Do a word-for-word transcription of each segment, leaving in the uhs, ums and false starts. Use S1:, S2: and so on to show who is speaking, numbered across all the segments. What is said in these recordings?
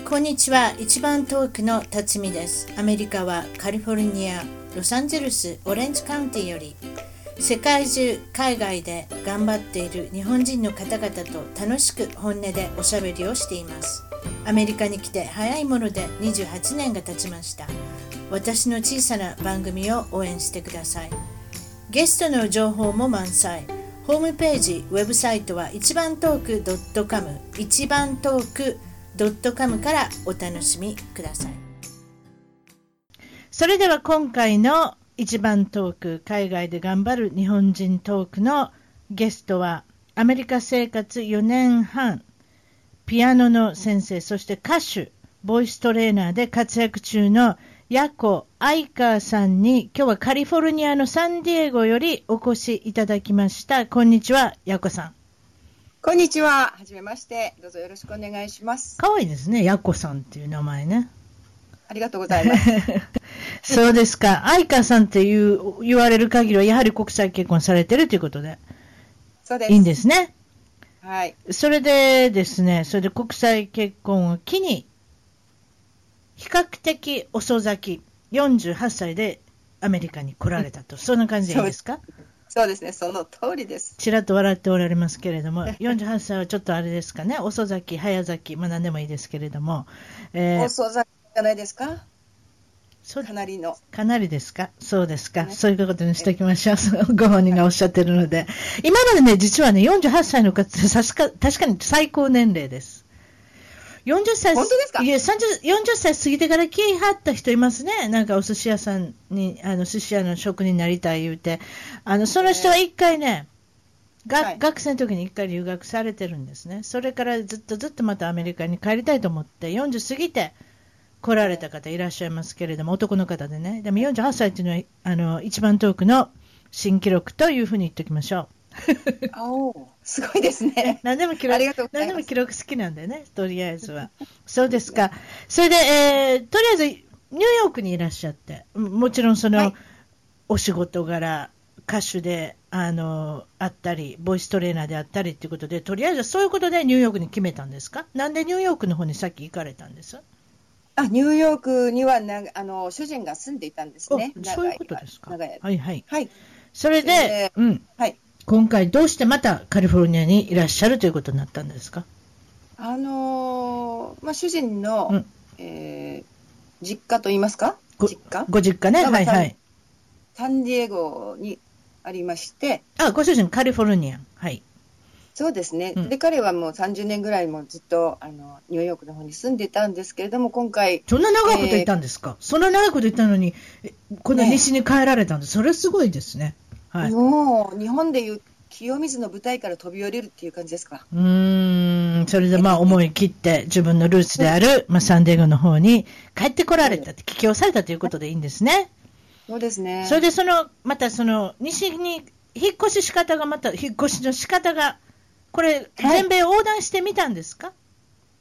S1: こんにちは。一番遠くの辰巳です。アメリカはカリフォルニア、ロサンゼルス、オレンジカウンティより世界中、海外で頑張っている日本人の方々と楽しく本音でおしゃべりをしています。アメリカに来て早いものでにじゅうはちねんが経ちました。私の小さな番組を応援してください。ゲストの情報も満載。ホームページ、ウェブサイトは一番トーク .com 一番トーク .com からお楽しみください。それでは今回の一番トーク、海外で頑張る日本人トークのゲストはアメリカ生活よねんはん、ピアノの先生、そして歌手、ボイストレーナーで活躍中のヤコ・アイカーさんに今日はカリフォルニアのサンディエゴよりお越しいただきました。こんにちは、ヤコさん。
S2: こんにちは。はじめまして。どうぞよろしくお願いします。
S1: かわいいですね、ヤコさんっていう名前ね。
S2: ありがとうございます。
S1: そうですか。アイカーさんっていう言われる限りはやはり国際結婚されてるということで。
S2: そうです。
S1: いいんですね。
S2: はい。
S1: それでですね、それで国際結婚を機に比較的遅咲きよんじゅうはっさいでアメリカに来られたと、そんな感じでいいですか？
S2: そうですね、その通りです。
S1: ちらっと笑っておられますけれども、よんじゅうはっさいはちょっとあれですかね、遅咲き、早咲き、まあ何でもいいですけれども、
S2: えー、遅咲きじゃないですか？かなりの。
S1: かなりですか？そうですか。ね、そういうことにしておきましょう。ご本人がおっしゃってるので。今までね、実はね、よんじゅうはっさいの方、確かに最高年齢です。よんじゅっさい、
S2: 本当ですか？
S1: いや、さんじゅう、よんじゅっさい過ぎてから来はった人いますね。なんかお寿司屋さんに、あの、寿司屋の職人になりたい言うて。あの、その人は一回ね、がはい、学生の時に一回留学されてるんですね。それからずっとずっとまたアメリカに帰りたいと思って、よんじゅう過ぎて来られた方いらっしゃいますけれども、男の方でね。でもよんじゅうはっさいっていうのは、あの、一番遠くの新記録というふうに言っておきましょう。
S2: おすごいですね。
S1: 何でも記録、何でも記録好きなんでね、とりあえずは。そうですか。それで、えー、とりあえずニューヨークにいらっしゃって、もちろんその、はい、お仕事柄、歌手であのあったり、ボイストレーナーであったりということで、とりあえずそういうことでニューヨークに決めたんですか？なんでニューヨークの方にさっき行かれたんです？
S2: あ、ニューヨークにはなあの主人が住んでいたんですね。
S1: そういうことですか。
S2: 長い
S1: はいはい。
S2: はい。
S1: それで、それでうん。はい。今回どうしてまたカリフォルニアにいらっしゃるということになったんですか？
S2: あのーまあ、主人の、うんえー、実家といいますか、実家
S1: ご実家ね、はいはい。
S2: サンディエゴにありまして、
S1: あ、ご主人カリフォルニア、はい。
S2: そうですね、うん、で彼はもうさんじゅうねんぐらいもずっとあのニューヨークの方に住んでたんですけれども、今回
S1: そんな長いこと言ったんですか？えー、そんな長いこと言ったのにこの西に帰られたんです、ね、それすごいですね。はい、
S2: もう日本でいう清水の舞台から飛び降りるっていう感じですか？
S1: うーん、それでまあ思い切って自分のルーツである、まあ、サンディエゴの方に帰ってこられたって、帰郷されたということでいいんですね。
S2: そうですね。
S1: それでそのまたその西に引っ越し仕方がまた引っ越しの仕方がこれ全米横断してみたんですか？はい、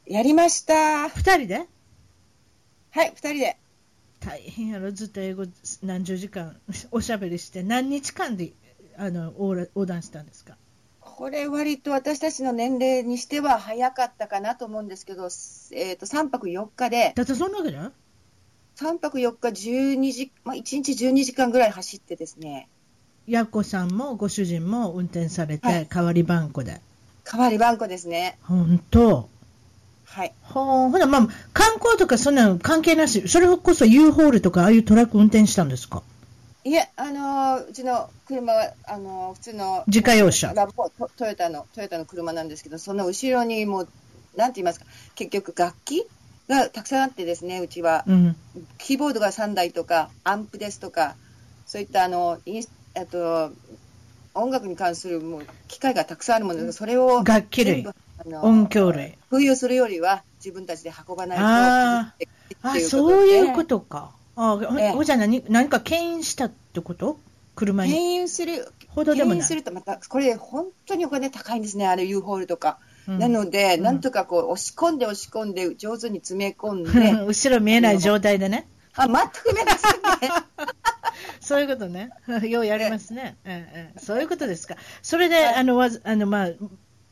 S2: やりました。
S1: 二人で？
S2: はい、二人で。
S1: 大変やろ、ずっと英語何十時間おしゃべりして何日間であの横断したんですか？
S2: これ割と私たちの年齢にしては早かったかなと思うんですけど、えーとさんぱくよっかで。
S1: だってそんなわけじゃん？
S2: さんぱくよっかじゅうにじ、まあ、いちにちじゅうにじかんぐらい走ってですね。
S1: やこさんもご主人も運転されて、はい、代わり番号で。
S2: 代わり番号ですね。
S1: 本当。
S2: はい。
S1: ほほな、まあ、観光とかそんなの関係なし、それこそ U ホールとかああいうトラック運転したんですか？
S2: いえ、あのー、うちの車はあのー、普通の
S1: 自家用車
S2: ラボト、トヨタのトヨタの車なんですけど、その後ろにもうなんて言いますか、結局楽器がたくさんあってですね、うちは、うん、キーボードがさんだいとかアンプですとか、そういったあのインあと音楽に関するもう機械がたくさんあるもので、それを
S1: 楽器類、音響類
S2: 空輸するよりは自分たちで運ばないと。
S1: ああ、そういうことか。ああ、ええ、じゃあ何、何か牽引したってこと？車に。
S2: 牽引する、
S1: ほどでもない。
S2: 牽引するとまた、これ本当にお金高いんですね、あれ U ホールとか。うん、なので、うん、なんとかこう押し込んで押し込んで上手に詰め込んで。
S1: 後ろ見えない状態でね。
S2: あ、全く見えないですね。
S1: そういうことね。ようやりますね。ええええ、そういうことですか。それで、はい、あの、わず、あの、まあ、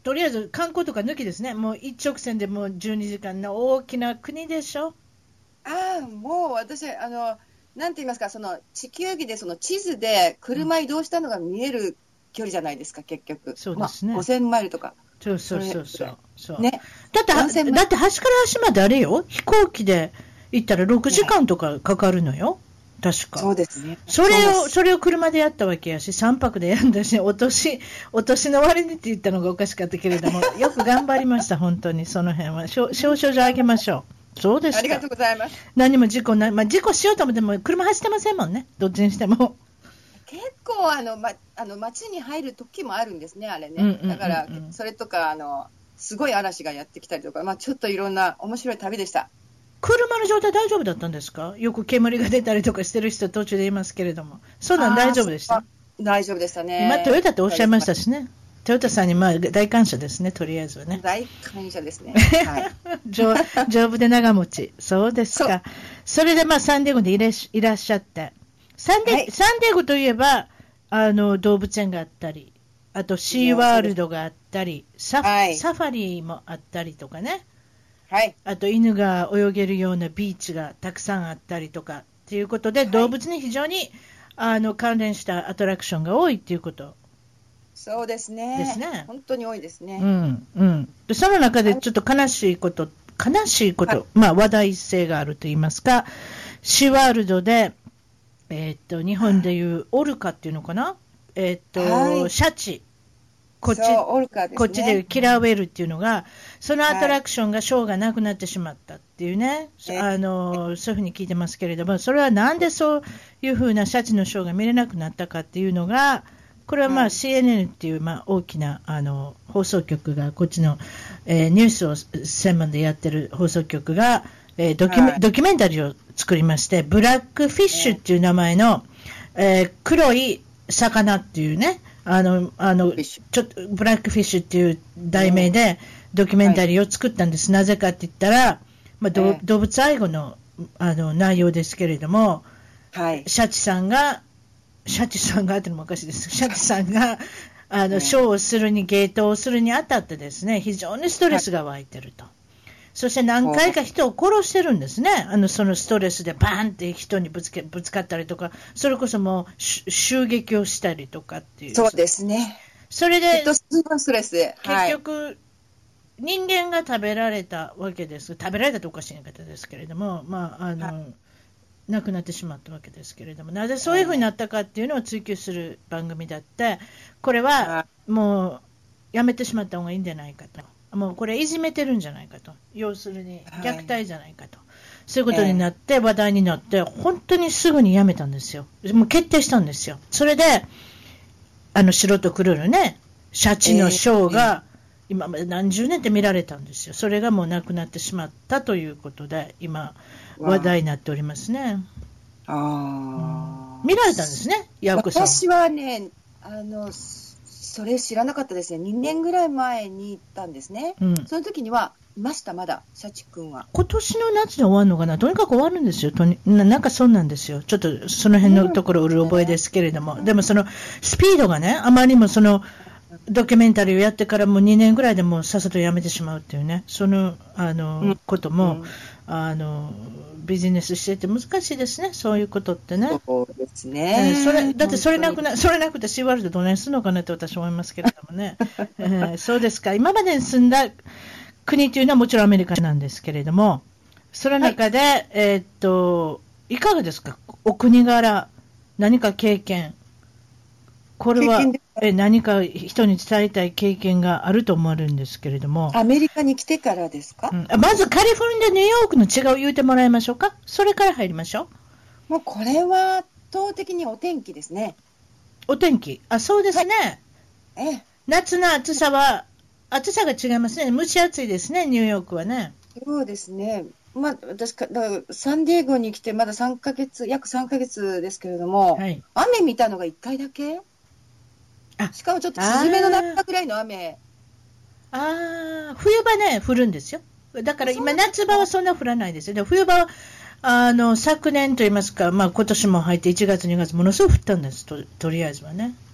S1: とりあえず観光とか抜きですね。もう一直線でもうじゅうにじかんの大きな国でしょ。
S2: ああ、もう私、あの、なんて言いますか、その地球儀でその地図で車移動したのが見える距離じゃないですか、結局。
S1: そうですね。まあ、
S2: ごせんマイルとか。
S1: そうそうそうそうそう。
S2: ね。
S1: だって、だって端から端まであれよ、飛行機で行ったらろくじかんとかかかるのよ。確か。
S2: そうですね。
S1: それを、それを車でやったわけやし、さんぱくでやんだし、お年、お年の割にって言ったのがおかしかったけれども、よく頑張りました、本当に、その辺は。少々じゃあげましょう。そうですか。
S2: ありがとうございます。
S1: 何も事故ない、まあ、事故しようと思っても、車走ってませんもんね、どっちにしても。
S2: 結構あの、ま、あの街に入る時もあるんですね、あれね。だから、それとか、あの、すごい嵐がやってきたりとか、まあ、ちょっといろんな面白い旅でした。
S1: 車の状態大丈夫だったんですか？よく煙が出たりとかしてる人途中でいますけれども。そんなん大丈夫でした？
S2: 大丈夫でしたね。
S1: 今トヨタっておっしゃいましたしね。トヨタさんにまあ大感謝ですね、とりあえずはね。
S2: 大感謝ですね。はい、
S1: 丈, 丈夫で長持ち。そうですか。そ, それでまあサンディエゴでいら し, いらっしゃって。サンデ、はい、サンディエゴといえば、あの動物園があったり、あとシーワールドがあったり、サ, はい、サファリもあったりとかね。はい、あと犬が泳げるようなビーチがたくさんあったりとかということで、はい、動物に非常にあの関連したアトラクションが多いということ。
S2: そうですね。ですね。本当に多いですね。
S1: うんうん。でその中でちょっと悲しいこと、悲しいこと、はい、まあ話題性があると言いますか、シーワールドで、えー、っと日本でいうオルカっていうのかな、えー、っと、はい、シャチ。こっち、オルカですね、こっちでいうキラーウェルっていうのが、そのアトラクションがショーがなくなってしまったっていうね、はい、あのそういうふうに聞いてますけれども、それはなんでそういうふうなシャチのショーが見れなくなったかっていうのが、これはまあ シーエヌエヌ っていうまあ大きなあの放送局が、こっちの、えー、ニュースを専門でやってる放送局が、えードキュメ、はい、ドキュメンタリーを作りまして、ブラックフィッシュっていう名前の、えー、黒い魚っていうね、あの、あの、ちょっと、ブラックフィッシュっていう題名でドキュメンタリーを作ったんです。はい、なぜかって言ったら、まあ、動物愛護の、あの、内容ですけれども、はい、シャチさんが、シャチさんがってのもおかしいです。シャチさんが、あの、ショーをするに、ゲートをするにあたってですね、非常にストレスが湧いてると。はい、そして何回か人を殺してるんですね。あの、そのストレスでバーンって人にぶつけ、ぶつかったりとか、それこそもう襲撃をしたりとかっていう。
S2: そうですね。
S1: それで、
S2: ストレスで、
S1: 結局、はい、人間が食べられたわけです。食べられたとおかしい言い方ですけれども、まあ、あの、はい、亡くなってしまったわけですけれども、なぜそういうふうになったかっていうのを追求する番組だって、これはもうやめてしまった方がいいんじゃないかと。もうこれいじめてるんじゃないかと、要するに虐待じゃないかと、はい、そういうことになって話題になって、本当にすぐにやめたんですよ。もう決定したんですよ。それであの素人クルールね、シャチのショーが今まで何十年って見られたんですよ。それがもうなくなってしまったということで今話題になっておりますね。あ、うん、見られたんですね、ヤクさん。
S2: 私はね、あのそれ知らなかったですね。にねんぐらい前に行ったんですね。うん、その時にはいました、まだ、シャチ君は。
S1: 今年の夏で終わるのかな、とにかく終わるんですよ。とにな、なんかそうなんですよ。ちょっとその辺のところうる覚えですけれども、うん、でもそのスピードがね、あまりにもそのドキュメンタリーをやってからもうにねんぐらいでもうさっさとやめてしまうっていうね、その、あの、うん、ことも、うん、あのビジネスしてて難しいですね、そういうことってね。
S2: そうですね。
S1: えー、それだってそれなくな、それなくてシーワールドどないするのかなって私は思いますけれどもね。えー、そうですか。今までに住んだ国というのはもちろんアメリカなんですけれども、その中で、はい、えー、っといかがですか、お国柄、何か経験、これはえ何か人に伝えたい経験があると思われるんですけれども。
S2: アメリカに来てからですか？
S1: うん、まずカリフォルニア、ニューヨークの違いを言うてもらいましょうか。それから入りましょ
S2: う。もうこれは圧倒的にお天気ですね。
S1: お天気、あ、そうですね。
S2: はい、え
S1: 夏の暑さは暑さが違いますね。蒸し暑いですね、ニューヨークはね。
S2: そうですね。まあ、私かだサンディエゴに来てまださんかげつ、約さんかげつですけれども、はい、雨見たのがいっかいだけ。あ、しかもちょっとスズメの鳴ったぐらいの雨。
S1: ああ、冬場ね、降るんですよ。だから今、夏場はそんな降らないですよ。で冬場はあの昨年といいますか、まあ、今年も入っていちがつ、にがつ、ものすごく降ったんです、と、とりあえずはね。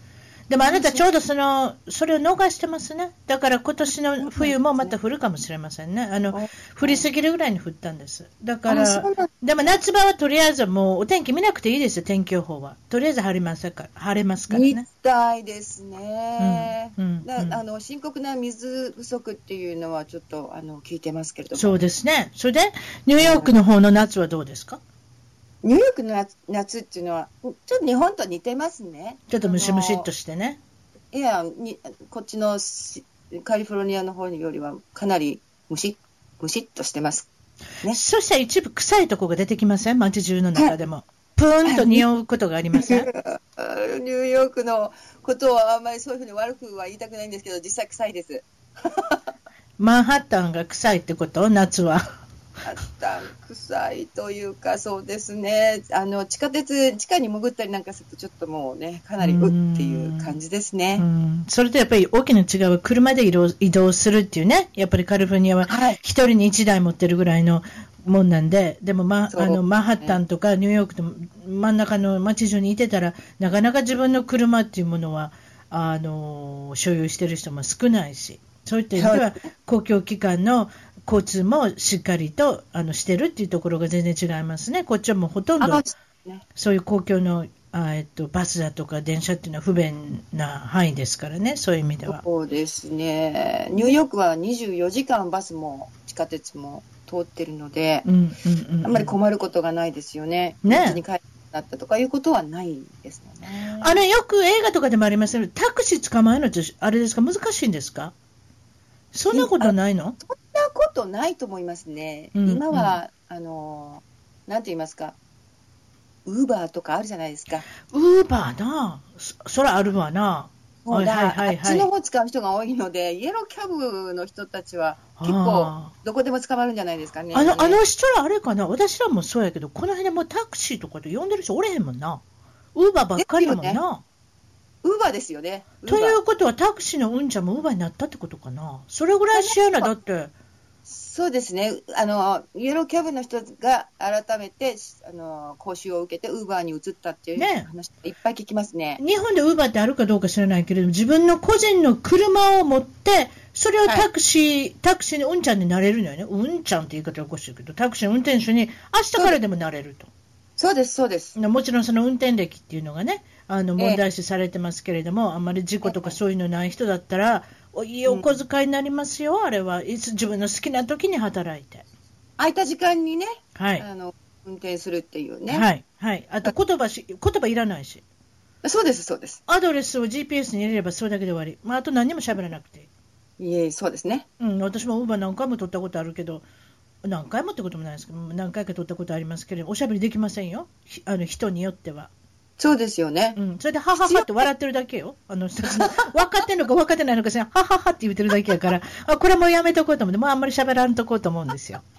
S1: でもあなたちょうどそのそれを逃してますね。だから今年の冬もまた降るかもしれませんね。あの降りすぎるぐらいに降ったんです。だからでも夏場はとりあえずもうお天気見なくていいですよ。天気予報はとりあえず晴れますから晴れますからね。
S2: みたいですね、
S1: うんうんうん、
S2: あの深刻な水不足っていうのはちょっとあの聞いてますけれども。
S1: そうですね。それでニューヨークの方の夏はどうですか？
S2: ニューヨークの 夏, 夏っていうのはちょっと日本と似てますね。
S1: ちょっとムシムシっとしてね。
S2: いやにこっちのカリフォルニアの方よりはかなりムシッムシッとしてます、ね、
S1: そしたら一部臭いところが出てきません？街中の中でも、はい、プーンと匂うことがありません？ニ
S2: ューヨークのことはあんまりそういうふうに悪くは言いたくないんですけど、実際臭いです。
S1: マンハッタンが臭いってこと？夏は
S2: マンハッタン臭いというか、そうですね、あの地下鉄地下に潜ったりなんかするとちょっともうね、かなりうっていう感じですね。
S1: うん、それとやっぱり大きな違いは車で移動、移動するっていうね。やっぱりカリフォルニアは一人に一台持ってるぐらいのもんなんで、でも、ま、あのマンハッタンとかニューヨークの真ん中の街中にいてたら、なかなか自分の車っていうものはあの所有してる人も少ないし、そういった意味では公共機関の交通もしっかりとあのしてるっていうところが全然違いますね。こっちはもうほとんどそういう公共のあ、えっと、バスだとか電車っていうのは不便な範囲ですからね、そういう意味では。
S2: そうですね、ニューヨークはにじゅうよじかんバスも地下鉄も通ってるので、うんうんうんうん、あんまり困ることがないですよね。ね、に帰ってなったとかいうことはないですよね。
S1: あれよく映画とかでもありますけど、タクシー捕まえるのってあれですか、難しいんですか？そんなことないの？
S2: そんなことないと思いますね。うんうん、今はあのなんて言いますか、ウーバーとかあるじゃないですか。
S1: ウーバーな、そ, それあるわな。
S2: はいはいはいはい、あっちの方使う人が多いので、イエローキャブの人たちは結構どこでも捕まるんじゃないですかね。
S1: あの、あの人らあれかな、私らもそうやけど、この辺でもタクシーとかで呼んでる人おれへんもんな。ウーバーばっかりやもんな。
S2: ウーバーですよね。
S1: ということはタクシーのうんちゃんもウーバーになったってことかな。それぐらいしやな、だって。
S2: そうですね、あのイエローキャブの人が改めてあの講習を受けてウーバーに移ったっていう話、ね、いっぱい聞きますね。
S1: 日本でウーバーってあるかどうか知らないけれども、自分の個人の車を持ってそれをタクシー、はい、タクシーのうんちゃんになれるのよね。うんちゃんって言い方はおかしいけど、タクシーの運転手に明日からでもなれると。
S2: そうですそうです。
S1: もちろんその運転歴っていうのがね、あの問題視されてますけれども、えー、あんまり事故とかそういうのない人だったら、えー、いいお小遣いになりますよ、うん、あれはいつ自分の好きな時に働いて
S2: 空いた時間にね、
S1: はい、
S2: あの運転するっていうね、
S1: はいはい、あと言葉し言葉いらないし、
S2: そうですそうです。
S1: アドレスを ジーピーエス に入れればそれだけで終わり、まあ、あと何にも喋らなくていい。
S2: いえ、そうですね、
S1: うん、私もウーバー何回も取ったことあるけど、何回もってこともないですけど、何回か取ったことありますけれど、おしゃべりできませんよ、あの人によっては。
S2: そうですよね、
S1: うん、それではははって笑ってるだけよ、あの人たち分かってんのか分かってないのかしら、はははって言ってるだけやから、あ、これもうやめとこうと思って、もうあんまり喋らんとこうと思うんですよ。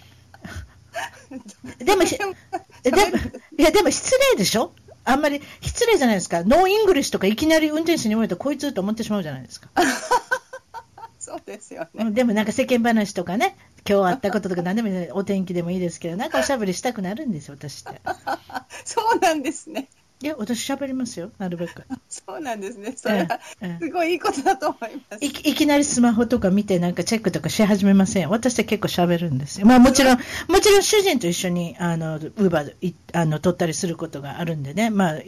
S1: でも、でもいやでも失礼でしょ、あんまり失礼じゃないですか、ノーイングリッシュとかいきなり運転手に言われたらこいつと思ってしまうじゃないですか。
S2: そうですよね。
S1: でもなんか世間話とかね、今日あったこととか何でもいい、お天気でもいいですけど、なんかおしゃべりしたくなるんですよ、私って。
S2: そうなんですね。
S1: いや、私しゃべりますよ、なるべく。
S2: そうなんですね。それはすごいいいことだと思います。
S1: い, いきなりスマホとか見てなんかチェックとかし始めません。私って結構しゃべるんですよ。まあもちろんもちろん主人と一緒にあのウーバーあの取ったりすることがあるんでね。まあ、うん、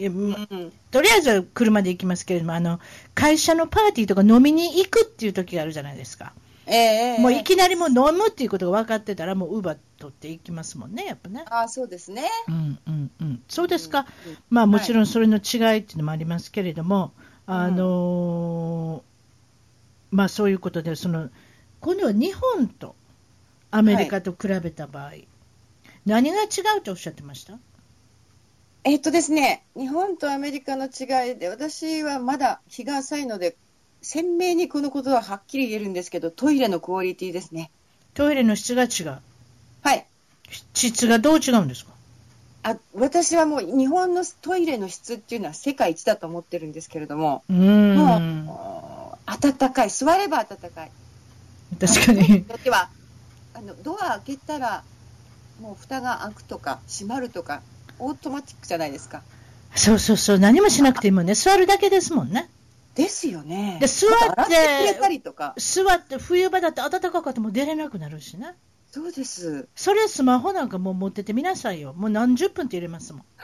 S1: とりあえずは車で行きますけれども、あの会社のパーティーとか飲みに行くっていう時があるじゃないですか。えー、もういきなりもう飲むっていうことが分かってたらもうウーバー取っていきますもんね、やっぱね。
S2: あ、そうですね。
S1: うんうんうん。そうですか。うんうん、まあもちろんそれの違いっていうのもありますけれども、はい、あのー、まあそういうことで、その今度は日本とアメリカと比べた場合、はい、何が違うとおっしゃってました？
S2: えっとですね、日本とアメリカの違いで、私はまだ日が浅いので鮮明にこのことははっきり言えるんですけど、トイレのクオリティですね。
S1: トイレの質が違う。
S2: はい。
S1: 質がどう違うんですか？
S2: あ、私はもう日本のトイレの質っていうのは世界一だと思ってるんですけれども、
S1: うーん、
S2: もう暖かい、座れば暖かい。
S1: 確かに。
S2: だってはあのドア開けたらもう蓋が開くとか閉まるとかオートマチックじゃないですか。
S1: そうそうそう、何もしなくていいもんね、座るだけですもんね。
S2: ですよね。
S1: で、座って、
S2: 洗ってくれたりとか。
S1: 座って、冬場だって暖かかっても出れなくなるしね。
S2: そうです。
S1: それスマホなんかもう持っててみなさいよ。もう何十分って入れますもん。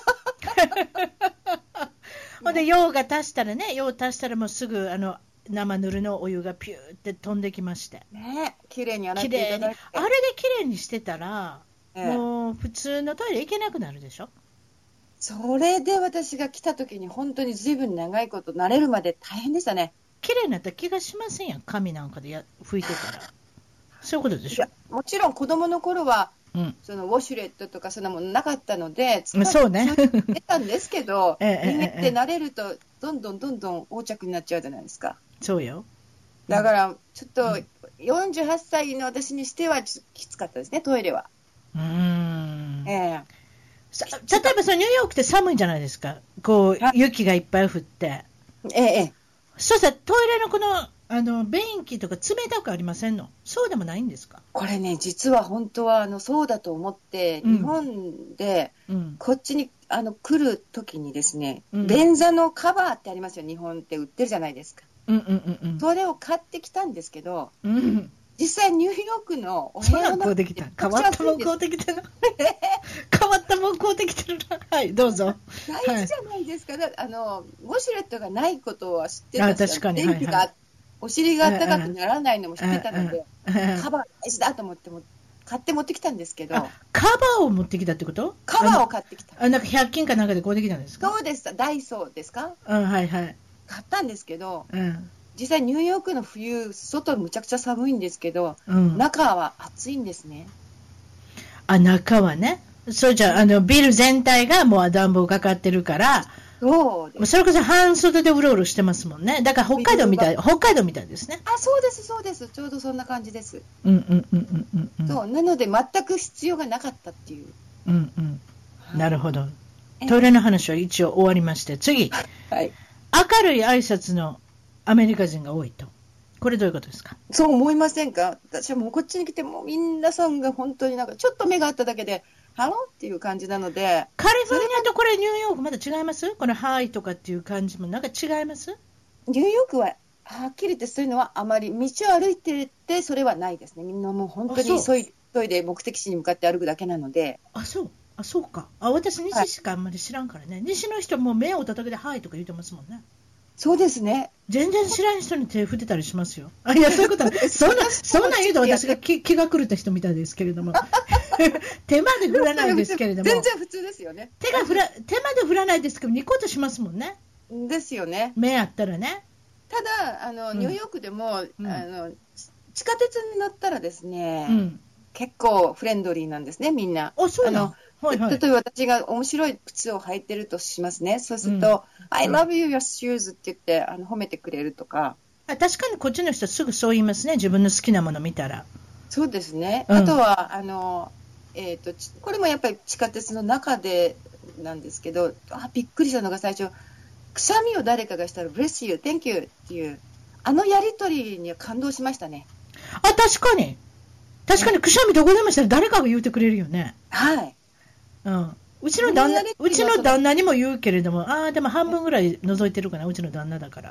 S1: ほんで、用が足したらね、用足したらもうすぐ、あの、生ぬるのお湯がピューって飛んできまして。
S2: ね、綺麗に洗っていただいて。
S1: あれで綺麗にしてたら、ええ、もう普通のトイレ行けなくなるでしょ。
S2: それで私が来た時に本当にずいぶん長いこと慣れるまで大変でしたね。
S1: 綺麗になった気がしませんやん、髪なんかでや拭いてたら。そういうことでしょ。
S2: もちろん子供の頃は、うん、そのウォシュレットとかそんなものなかったので、そうね。出たんですけど、人間って慣れるとどんどんどんどん横着になっちゃうじゃないですか。
S1: そうよ。
S2: だからちょっとよんじゅうはっさいの私にしてはきつかったですね、トイレは。
S1: うーん。ええ。例えばそのニューヨークって寒いじゃないですか。こう雪がいっぱい降って。
S2: ええ。
S1: そうしたらトイレのこのあの便器とか冷たくありませんの？そうでもないんですか？
S2: これね、実は本当はあのそうだと思って、うん、日本でこっちにあの来るときにですね、うん、便座のカバーってありますよ。日本って売ってるじゃないですか。うんうんうんうん、それを買ってきたんですけど、うん、実際ニューヨークのお部屋の
S1: 中で変わったもん買うてきてる変わったもん買うてきてるな。はいどうぞ。
S2: 大事じゃないですか、はい、あのウォシュレットがないことは知ってたんですよ。
S1: 確かに、
S2: 電気が、はいはい、お尻が暖かくならないのも知ってたので、カバー大事だと思っても買って持ってきたんですけど。
S1: カバーを持ってきたってこと？
S2: カバーを買ってきた。
S1: あなんかひゃく均かなんかで買うてきたんですか？
S2: そうです。ダイソーですか？
S1: うんはいはい。
S2: 買ったんですけど、うん、実際ニューヨークの冬外むちゃくちゃ寒いんですけど、うん、中は暑いんですね。
S1: あ中はね。そうじゃあのビル全体がもう暖房かかってるから。
S2: そうです。
S1: それこそ半袖でうろうろしてますもんね。だから北海道みたい、北海道みたいですね。
S2: あ、そうです、そうです。ちょうどそんな感じです。
S1: うんうんうんうんうん。
S2: そう、なので全く必要がなかったっていう。
S1: うんうん。はい、なるほど。トイレの話は一応終わりまして、次。はい。明るい挨拶のアメリカ人が多いと。これどういうことですか？
S2: そう思いませんか？私はもうこっちに来てもう皆さんが本当になんかちょっと目が合っただけで、ハローっていう感じなので。
S1: カリフォルニアとこれニューヨークまだ違います？このハイとかっていう感じもなんか違います？
S2: ニューヨークははっきり言ってそういうのはあまり道を歩いててそれはないですね。みんなもう本当に急いで目的地に向かって歩くだけなので。
S1: あ、そう。あ、そうか。あ、私西しかあんまり知らんからね。はい、西の人も目をたたけてハイとか言ってますもんね。
S2: そうですね。
S1: 全然知らん人に手振ってたりしますよ。あ、いや、そういうことは、そんな、そんな言うと私が気、気が狂った人みたいですけれども。手まで振らないですけれども。
S2: 全然普通ですよね。
S1: 手が振ら、手まで振らないですけど、ニコッとしますもんね。
S2: ですよね。
S1: 目あったらね。
S2: ただ、あの、うん、ニューヨークでも、うん、あの、地下鉄に乗ったらですね、うん、結構フレンドリーなんですね、みんな。
S1: あ、そうなの。
S2: はいはい、例えば私が面白い靴を履いてるとしますね。そうすると、うん、I love you, your shoes って言ってあの褒めてくれるとか。
S1: あ、確かにこっちの人すぐそう言いますね。自分の好きなもの見たら。
S2: そうですね。うん、あとはあの、えーと、これもやっぱり地下鉄の中でなんですけど、あびっくりしたのが最初、くしゃみを誰かがしたら Bless you, thank you っていうあのやりとりには感動しましたね。
S1: あ、確かに確かにくしゃみどこでもしたら誰かが言うてくれるよね。
S2: はい。
S1: うん、うちの旦那、うちの旦那にも言うけれども、ああ、でも半分ぐらい覗いてるかな、うちの旦那だから。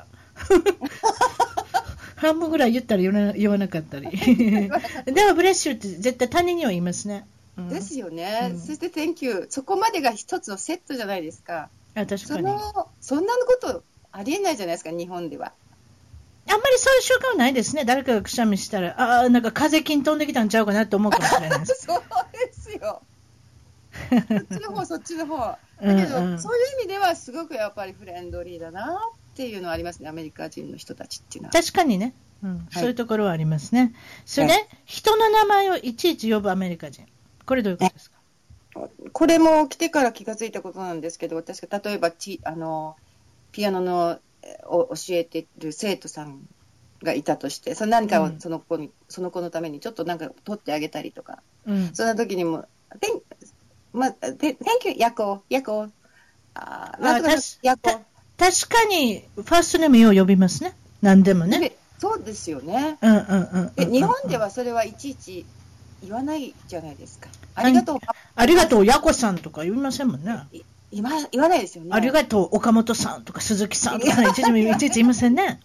S1: 半分ぐらい言ったら言わな、言わなかったり。でも、ブレッシュって絶対他人には言いますね。
S2: うん、ですよね。うん、そして、Thank you。そこまでが一つのセットじゃないですか。
S1: あ、確かに。
S2: その、そんなことありえないじゃないですか、日本では。
S1: あんまりそういう習慣はないですね。誰かがくしゃみしたら、ああ、なんか風金飛んできたんちゃうかなと思うかもしれないです。
S2: そうですよ。そっちの方そっちの方だけど、うんうん、そういう意味ではすごくやっぱりフレンドリーだなっていうのはありますね。アメリカ人の人たちっていうのは
S1: 確かにね、うんはい、そういうところはありますね。それで、はい、人の名前をいちいち呼ぶアメリカ人、これどういうことですか？
S2: これも来てから気がついたことなんですけど、私が例えばちあのピアノのを教えてる生徒さんがいたとして、その何かをその子に、うん、その子のためにちょっとなんか取ってあげたりとか、うん、そんな時にもまあ、Thank you, ヤコ、ヤコ。ああ、なんとかヤコ。
S1: 確かに、ファーストネームを呼びますね。何でもね。
S2: そうですよね。
S1: うんうんうん、うん。
S2: 日本ではそれはいちいち言わないじゃないですか。ありがとう。
S1: ありがとう、ヤコさんとか言いませんもんね。
S2: 言わ言わないですよね。
S1: ありがとう、岡本さんとか鈴木さんとか、いちいちいちいち言いませんね。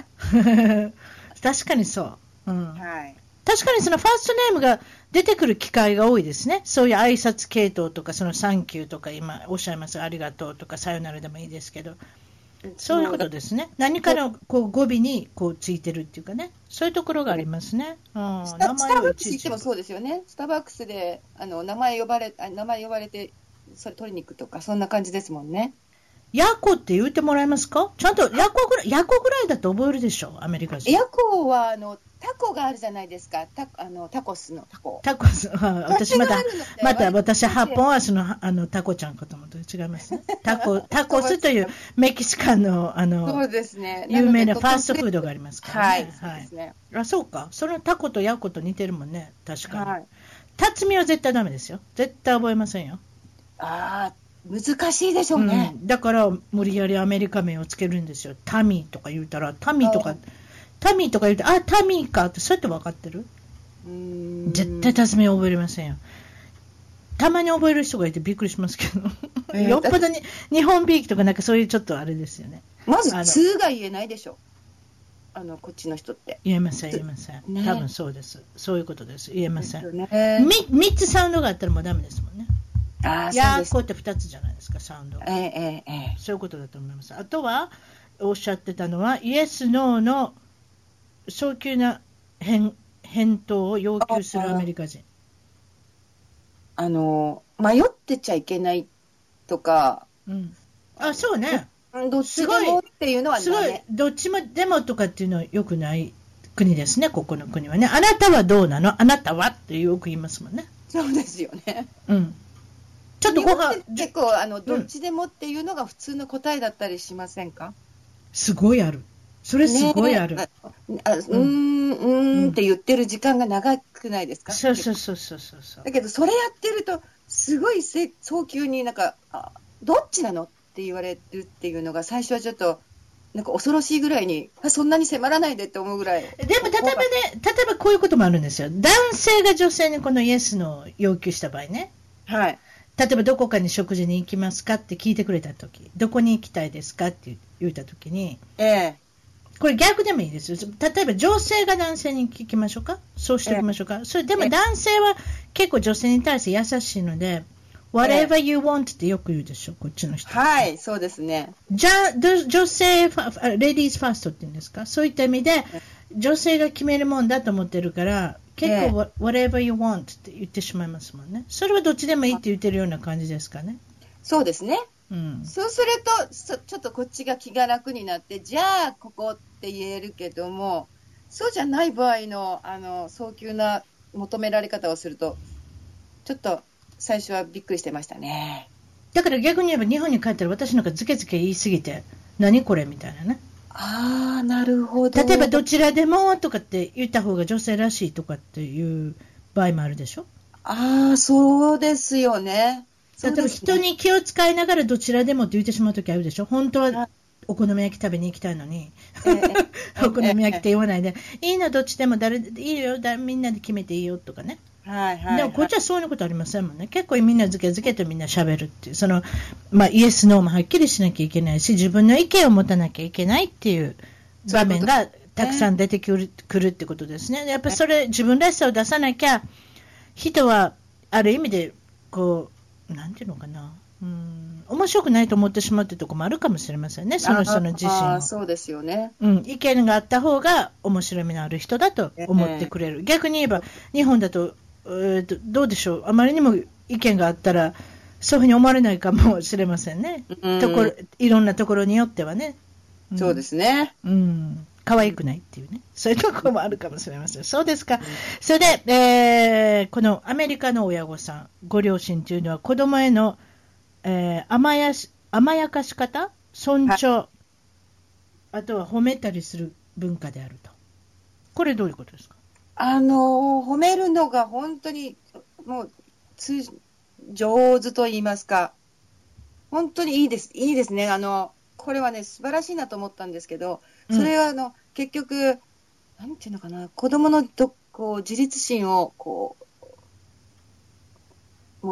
S1: 確かにそう。うん。はい。確かにそのファーストネームが出てくる機会が多いですね。そういう挨拶系統とか、そのサンキューとか、今おっしゃいますありがとうとか、さよならでもいいですけど、そういうことですね。何かのこう語尾にこうついてるっていうかね、そういうところがありますね。うん、
S2: スタスターバックス行ってもそうですよね。スターバックスであの名前呼ばれ名前呼ばれてそれ取りに行くとか、そんな感じですもんね。
S1: ヤコって言ってもらえますか？ちゃんとヤコぐらい、ヤコぐらいだと覚えるでしょ、アメリカ人。
S2: ヤコはあのタコがあるじゃないですか。タあのタコスのタコ。
S1: タコス、私またまた私はっぽんはそのあのタコちゃんかと思って違いますね。タコタコスというメキシカンのあの
S2: そうですね。
S1: 有名なファーストフードがありますからね。
S2: はい、そうですね。
S1: あ、そうか。そのタコとヤコと似てるもんね。確かに。はい、辰巳は絶対ダメですよ。絶対覚えませんよ。
S2: ああ。難しいでしょうね、
S1: うん、だから無理やりアメリカ名をつけるんですよ。タミーとか言うたらタミーとかタミーとか言うとあタミーかってそうやって分かってる？うーん絶対辰巳は覚えれませんよ。たまに覚える人がいてびっくりしますけど、えー、よっぽどに日本びいきとかなんかそういうちょっとあれですよね。
S2: まず通が言えないでしょ。あのこっちの人って
S1: 言えません言えません、ね、多分そうですそういうことです言えません、ね、みっつサウンドがあったらもうダメですもんね。あヤーコってふたつじゃないですか、サウンドが、えーえーえー、そういうことだと思います。あとはおっしゃってたのはイエス・ノーの早急な 返, 返答を要求するアメリカ人。
S2: あの迷ってちゃいけないとか、
S1: うん、あそうね、
S2: どっちでもっていうのは、ね、
S1: すごいどっちもでもとかっていうのはよくない国ですね、ここの国はね。あなたはどうなの、あなたはってよく言いますもんね。
S2: そうですよね。
S1: うんちょっとご飯
S2: 結構あのどっちでもっていうのが普通の答えだったりしませんか？
S1: すごいある。それすごいある。ね、
S2: ああうーんうーんって言ってる時間が長くないですか？
S1: そうそうそうそうそう。
S2: だけどそれやってるとすごい早急になんかあどっちなのって言われるっていうのが最初はちょっとなんか恐ろしいぐらいにそんなに迫らないでって思うぐらい。で
S1: も例えばね例えばこういうこともあるんですよ。男性が女性にこのイエスの要求した場合ね。はい。例えばどこかに食事に行きますかって聞いてくれたとき、どこに行きたいですかって言ったときに、ええ、これ逆でもいいですよ。例えば女性が男性に聞きましょうか、そうしておきましょうか、ええ、それでも男性は結構女性に対して優しいので、ええ、whatever you want ってよく言うでしょ、こっちの人。
S2: はい、そうですね。
S1: じゃあ女性レディースファーストって言うんですか、そういった意味で女性が決めるもんだと思ってるから結構、ええ、whatever you want って言ってしまいますもんね。それはどっちでもいいって言ってるような感じですかね。
S2: そうですね、うん、そうするとちょっとこっちが気が楽になってじゃあここって言えるけども、そうじゃない場合 の, あの早急な求められ方をするとちょっと最初はびっくりしてましたね。
S1: だから逆に言えば日本に帰ったら私なんかズケズケ言いすぎて何これみたいなね。
S2: ああ、なるほど。
S1: 例えばどちらでもとかって言った方が女性らしいとかっていう場合もあるでしょ。
S2: ああ、そうですよね。
S1: 例えば人に気を使いながらどちらでもって言ってしまうときあるでしょ。本当はお好み焼き食べに行きたいのに、えー、お好み焼きって言わないで、えー、いいのどっちでも誰でいいよだみんなで決めていいよとかね。はいはいはい、でもこっちはそういうことありませんもんね。結構みんなずけずけとみんな喋るっていう、その、まあ、イエスノーもはっきりしなきゃいけないし、自分の意見を持たなきゃいけないっていう場面がたくさん出てくる、くるってことですね。やっぱりそれ自分らしさを出さなきゃ人はある意味でこうなんていうのかな、うーん面白くないと思ってしまうってところもあるかもしれませんね。その人の自身は。
S2: そうですよね、
S1: うん、意見があった方が面白みのある人だと思ってくれる、えー、逆に言えば日本だと、えー、とどうでしょう、あまりにも意見があったらそういうふうに思われないかもしれませんね、うん、ところいろんなところによってはね、
S2: うん、そうですね、
S1: うん、可愛くないっていうね、そういうところもあるかもしれません。そうですか、うん、それで、えー、このアメリカの親御さんご両親というのは子供への、えー、甘やし甘やかし方、尊重、はい、あとは褒めたりする文化であると。これどういうことですか？
S2: あの褒めるのが本当にもうつ上手と言いますか、本当にいいですいいですね。あのこれはね素晴らしいなと思ったんですけど、それはあの、うん、結局なんていうのかな、子供のどこう自立心をこうも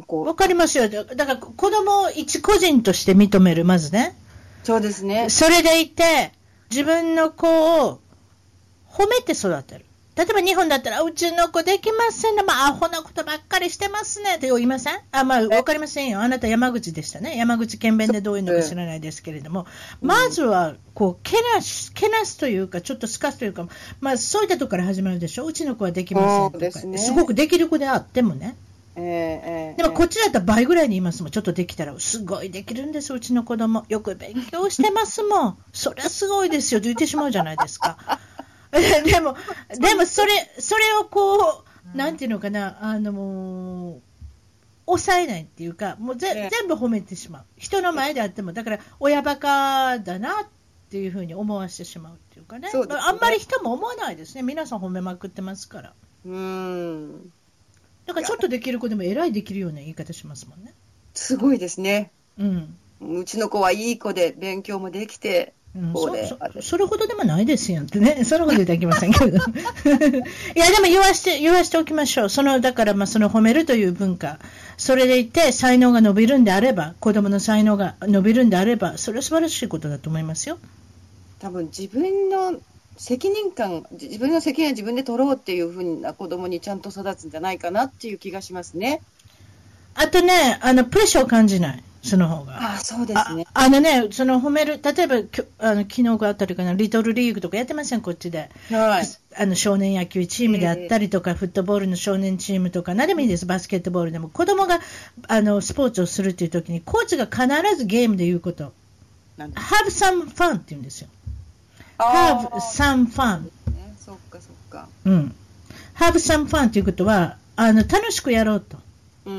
S2: こう。
S1: わかりますよ。だから子供を一個人として認める、まずね。
S2: そうですね。
S1: それでいて、自分の子を褒めて育てる。例えば日本だったら、うちの子できませんね。まあ、アホなことばっかりしてますね。って言いません？あ、まあ、わかりませんよ。あなた山口でしたね。山口県弁でどういうのか知らないですけれども。まずは、こう、けなし、けなすというか、ちょっとすかすというか、まあ、そういったところから始まるでしょ。うちの子はできませんとか。すね、すごくできる子であってもね。えーえー、でもこっちだったら倍ぐらいに言いますもん。ちょっとできたら、すごいできるんですよ、うちの子供。よく勉強してますもん。そりゃすごいですよと言ってしまうじゃないですか。でも、でもそれ、それをこう、なんていうのかな、あの、もう、抑えないっていうか、もうぜ、えー、全部褒めてしまう。人の前であっても、だから、親バカだなっていうふうに思わせてしまうっていうかね。そうですね。あんまり人も思わないですね。皆さん褒めまくってますから。うーん。だからちょっとできる子でも偉いできるような言い方しますもんね。
S2: すごいですね。うん。うちの子はいい子で勉強もできて、
S1: うん、そ, そ, それほどでもないですよってね、それほど言ってはいけませんけどいやでも言わして言わしておきましょう。そのだからまあその褒めるという文化、それでいて才能が伸びるんであれば、子供の才能が伸びるんであれば、それは素晴らしいことだと思いますよ。
S2: 多分自分の責任感、自分の責任は自分で取ろうっていうふうな子供にちゃんと育つんじゃないかなっていう気がしますね。
S1: あとね、あのプレッシャーを感じない。その方が。
S2: あ、そうですね。
S1: あ, あのね、その褒める、例えばきょあの昨日あたりかな、リトルリーグとかやってません、こっちで。はい。あの少年野球チームであったりとか、えー、フットボールの少年チームとか、何でもいいです、バスケットボールでも。子供があのスポーツをするというときに、コーチが必ずゲームで言うこと。have some fun って言うんですよ。have some fun。ね、そっかそっか。うん。have some fun ということは、あの楽しくやろうと。うん。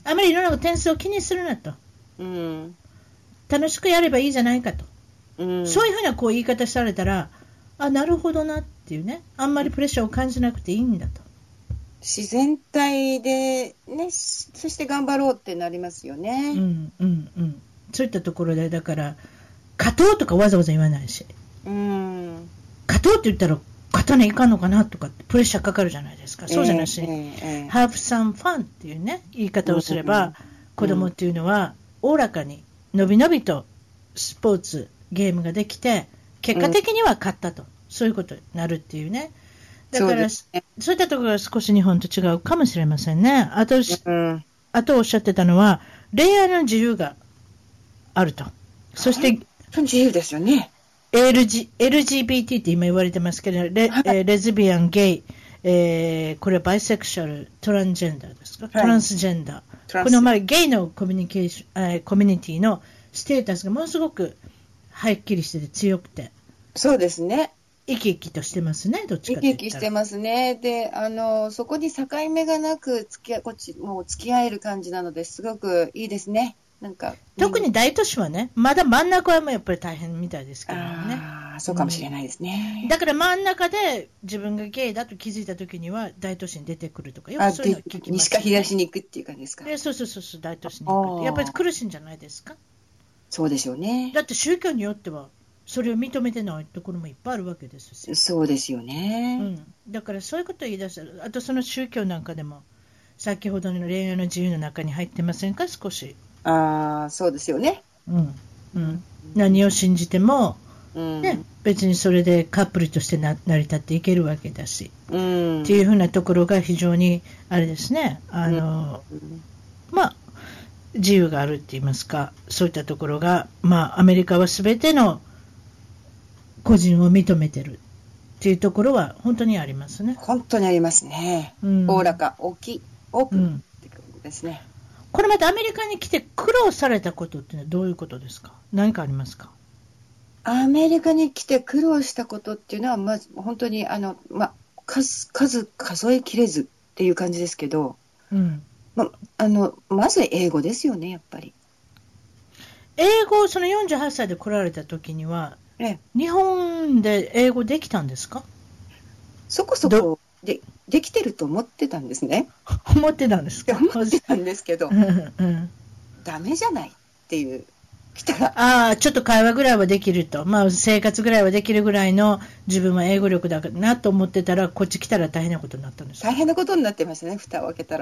S1: あまりいろんな点数を気にするなと。うん、楽しくやればいいじゃないかと、うん、そういうふうなこう言い方されたら、あ、なるほどなっていうね、あんまりプレッシャーを感じなくていいんだと。
S2: 自然体でね、そして頑張ろうってなりますよね。
S1: うんうんうん。そういったところで、だから勝とうとかわざわざ言わないし、うん、勝とうって言ったら勝たないかんのかなとかってプレッシャーかかるじゃないですか。そうじゃなし、えーえー、have some fun っていうね言い方をすれば、うんうん、子供っていうのはおおらかにのびのびとスポーツゲームができて、結果的には勝ったと、うん、そういうことになるっていうね。だから そ,、ね、そういったところが少し日本と違うかもしれませんね。あと、うん、あとおっしゃってたのは恋愛の自由があると。そして
S2: 自由ですよね。
S1: エルジー、エルジービーティー って今言われてますけど、レ、はい、えー、レズビアン、ゲイ、えー、これはバイセクシャル、トランジェンダーですか、はい、トランスジェンダー。この前、ゲイのコミュニケーション、えー、コミュニティのステータスがものすごくはっきりしてて強くて。
S2: そうですね。
S1: 生き生きとしてますね、どっちかと
S2: 言ったら。生き生きしてますね。で、あの、そこに境目がなく付き合、こっち、もう付き合える感じなので、すごくいいですね。なんか
S1: 特に大都市はね、まだ真ん中はもうやっぱり大変みたいですけどね。
S2: ああ、そうかもしれないですね、
S1: うん。だから真ん中で自分がゲイだと気づいたときには大都市に出てくるとか、よくそういうの聞きます、ね。
S2: 西か東に行くっていう感じですか。
S1: そうそうそうそう、大都市に行くって。やっぱり苦しいんじゃないですか。
S2: そうでしょうね。
S1: だって宗教によってはそれを認めてないところもいっぱいあるわけですし。
S2: そうですよね。
S1: うん。だからそういうことを言い出したら、あとその宗教なんかでも先ほどの恋愛の自由の中に入ってませんか、少し。
S2: ああ、そうですよね。
S1: うんうん、何を信じても、うんね、別にそれでカップルとしてな成り立っていけるわけだし、うん、っていうふうなところが非常にあれですね、あの、うん、まあ自由があるって言いますか、そういったところが、まあアメリカはすべての個人を認めてるっていうところは本当にありますね。
S2: 本当にありますね。おおらか、大きい、オープンってことですね。
S1: これまたアメリカに来て苦労されたことってのはどういうことですか？何かありますか？
S2: アメリカに来て苦労したことっていうのはまず本当にあの、ま、数, 数数えきれずっていう感じですけど、うんま、あのまず英語ですよね、やっぱり。
S1: 英語、そのよんじゅうはっさいで来られた時には、ええ、日本で英語できたんですか？
S2: そこそこでできてると思ってたんですね。
S1: 思ってたんですか？
S2: 思ってたんですけど、うんうん、ダメじゃないっていう来たら、
S1: ああ、ちょっと会話ぐらいはできると、まあ生活ぐらいはできるぐらいの自分は英語力だなと思ってたら、こっち来たら大変なことになったんですか？
S2: 大変なことになってましたね。蓋を開けたら、あ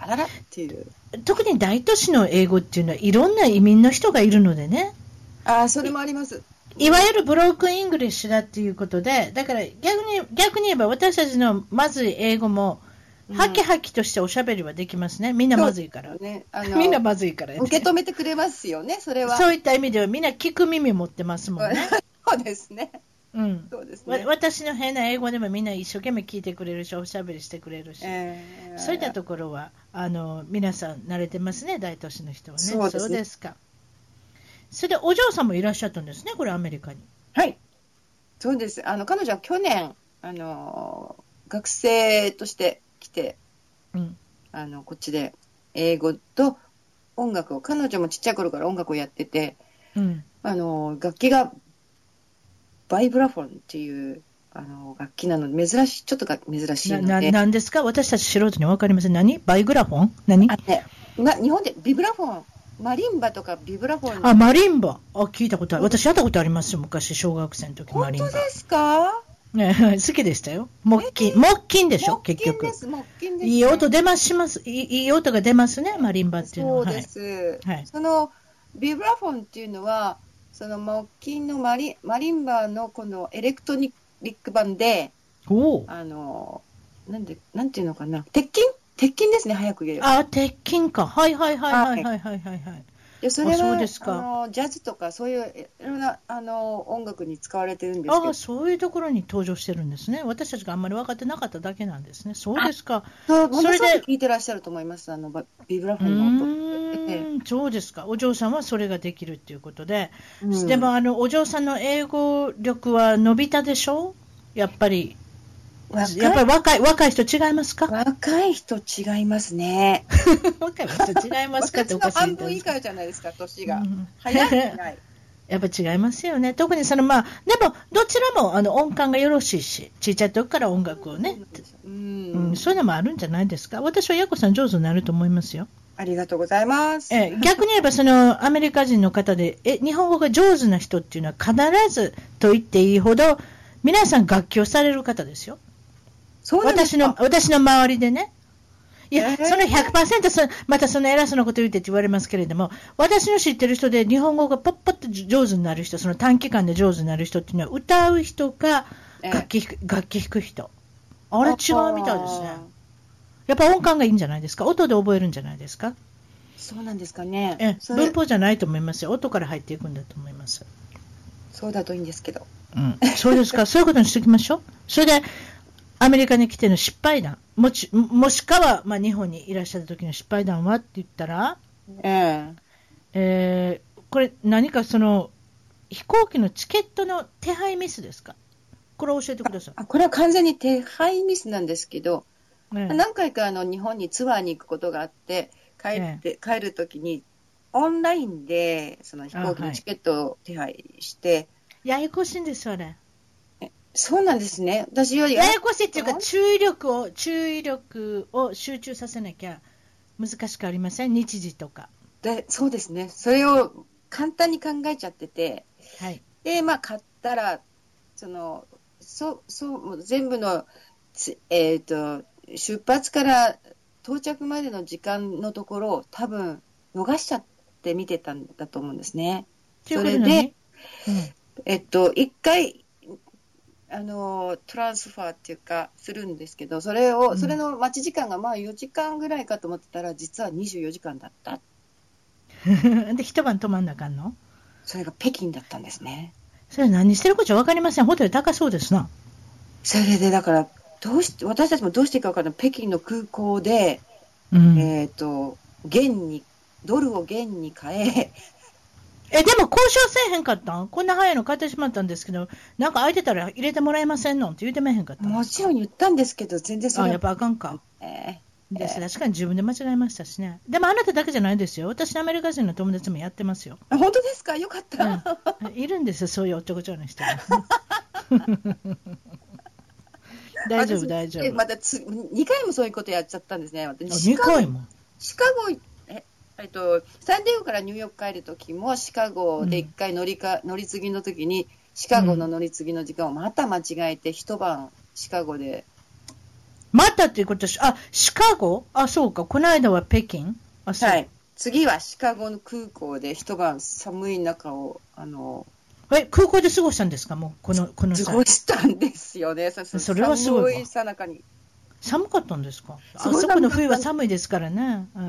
S2: ららっていう。
S1: 特に大都市の英語っていうのはいろんな移民の人がいるのでね。
S2: ああ、それもあります。
S1: いわゆるブロークンイングリッシュだっていうことで、だから逆に、逆に言えば私たちのまずい英語も、はきはきとしておしゃべりはできますね。みんなまずいから。
S2: ね、あの
S1: みんなまずいから、ね。
S2: 受け止めてくれますよね、それは。
S1: そういった意味ではみんな聞く耳持ってますもんね。
S2: そうですね。
S1: うん。そうですね。私の変な英語でもみんな一生懸命聞いてくれるし、おしゃべりしてくれるし、えー、そういったところは、あの、皆さん慣れてますね、大都市の人はね。
S2: そうですね。
S1: そうですか。それでお嬢さんもいらっしゃったんですね、これアメリカに。
S2: はい。そうです。あの、彼女は去年、あの、学生として来て、うん、あの、こっちで英語と音楽を、彼女もちっちゃい頃から音楽をやってて、うん、あの、楽器がバイブラフォンっていうあの楽器なので、珍しい、ちょっとが珍しいので。
S1: な、な、なんですか？私たち素人に分かりません。何？バイグラフォン？何？
S2: あ、ね、ま、日本でビブラフォン、マリンバとかビブラフォン。
S1: あ、マリンバ。あ、聞いたことある。私やったことありますよ。昔、小学生の時、マリンバ。
S2: 本当ですか？
S1: ね、好きでしたよ。木琴。木琴でしょ、結局。
S2: 木琴です。
S1: いい音出ますしますいい。いい音が出ますね、マリンバっていうのは。
S2: そうです。
S1: はい。
S2: その、ビブラフォンっていうのは、その木琴のマリ、マリンバのこのエレクトリック版で、
S1: お
S2: あの、なんで、なんていうのかな。鉄筋鉄筋ですね、早く言える。
S1: あ、鉄筋か。はいはいはいはいはいはいはい。
S2: で、それは、
S1: そうですか。
S2: あの、ジャズとか、そういういろんな、あの、音楽に使われてるんですけど。
S1: ああ、そういうところに登場してるんですね。私たちがあんまり分かってなかっただけなんですね。そうですか。
S2: そう、それで聞いてらっしゃると思います。あの、ビブラフォンの音。う
S1: ーん、そうですか。お嬢さんはそれができるっていうことで。うん、でも、あの、お嬢さんの英語力は伸びたでしょ？やっぱり。やっぱり若い、若い人違いますか？
S2: 若い人違いますね。
S1: 若い人違いますかっておかしい。
S2: 私の半分以下じゃないですか、年が。うん、早い早い。
S1: やっぱ違いますよね。特にそのまあ、でも、どちらもあの音感がよろしいし、ちっちゃい時から音楽をね、うん、うん、そういうのもあるんじゃないですか。私はやこさん上手になると思いますよ。
S2: ありがとうございます。
S1: え逆に言えば、そのアメリカ人の方でえ、日本語が上手な人っていうのは必ずと言っていいほど、皆さん楽器をされる方ですよ。
S2: そうなんですか？
S1: 私の、私の周りでね。いや、えー、その ひゃくパーセント そ、またその偉そうなこと言ってって言われますけれども、私の知ってる人で日本語がポッポッと上手になる人、その短期間で上手になる人っていうのは、歌う人か楽器、えー、楽器弾く人。あれ違うみたいですね。やっぱ音感がいいんじゃないですか？音で覚えるんじゃないですか？
S2: そうなんですかね。
S1: え文法じゃないと思いますよ。音から入っていくんだと思います。
S2: そうだといいんですけど。
S1: うん。そうですか。そういうことにしておきましょう。それで、アメリカに来ての失敗談、もし、もしかは、まあ、日本にいらっしゃった時の失敗談はって言ったら、
S2: ええ
S1: えー、これ何かその飛行機のチケットの手配ミスですか？これを教えてください。
S2: あ、これは完全に手配ミスなんですけど、ええ、何回かあの日本にツアーに行くことがあって、帰って、ええ、帰るときにオンラインでその飛行機のチケットを手配して、はい、
S1: ややこしいんですよね。
S2: そうなんですね。私より
S1: ややこしいっていうか、注意力を注意力を集中させなきゃ難しくありません？日時とか。
S2: で、そうですね。それを簡単に考えちゃってて、
S1: はい。
S2: で、まあ買ったらそのそうそうもう全部のえっと出発から到着までの時間のところを多分逃しちゃって見てたんだと思うんですね。それで、うん、えっと一回あのトランスファーっていうかするんですけど、それを、うん、それの待ち時間がまあよじかんぐらいかと思ってたら、実はにじゅうよじかんだった。
S1: で一晩泊まんなあかんの？
S2: それが北京だったんですね。
S1: それ何してるか分かりません。ホテル高そうですな。
S2: それでだからどうして私たちもどうしていいか分からない。北京の空港で、うん、えっと元にドルを元に変え。
S1: え、でも交渉せえへんかったん？こんな早いの買ってしまったんですけど、なんか空いてたら入れてもらえませんのって言ってめへんかったん？
S2: もちろん言ったんですけど、全然それは。
S1: あ、やっぱあかんか。えー、です。確かに自分で間違えましたしね。でもあなただけじゃないですよ。私、アメリカ人の友達もやってますよ。
S2: あ、本当ですか？よかった。
S1: うん、いるんですよ、そういうおっちょこちょいの人が。大丈夫、大丈夫。
S2: またつにかいもそういうことやっちゃったんですね。私
S1: にかいも
S2: シカゴえっと、サンディエゴからニューヨーク帰るときもシカゴで一回乗りか、うん、乗り継ぎのときにシカゴの乗り継ぎの時間をまた間違えて一晩シカゴで
S1: 間またっていうことは、あ、シカゴ、あ、そうか、この間は北京、あ、そう、
S2: はい、次はシカゴの空港で一晩寒い中を、あの、
S1: え、空港で過ごしたんですか、もう、この、この
S2: 過ごしたんですよね。
S1: それはすごいわ。
S2: 寒いさなかに。
S1: 寒かったんですか。あそこの冬は寒いですからね。うん、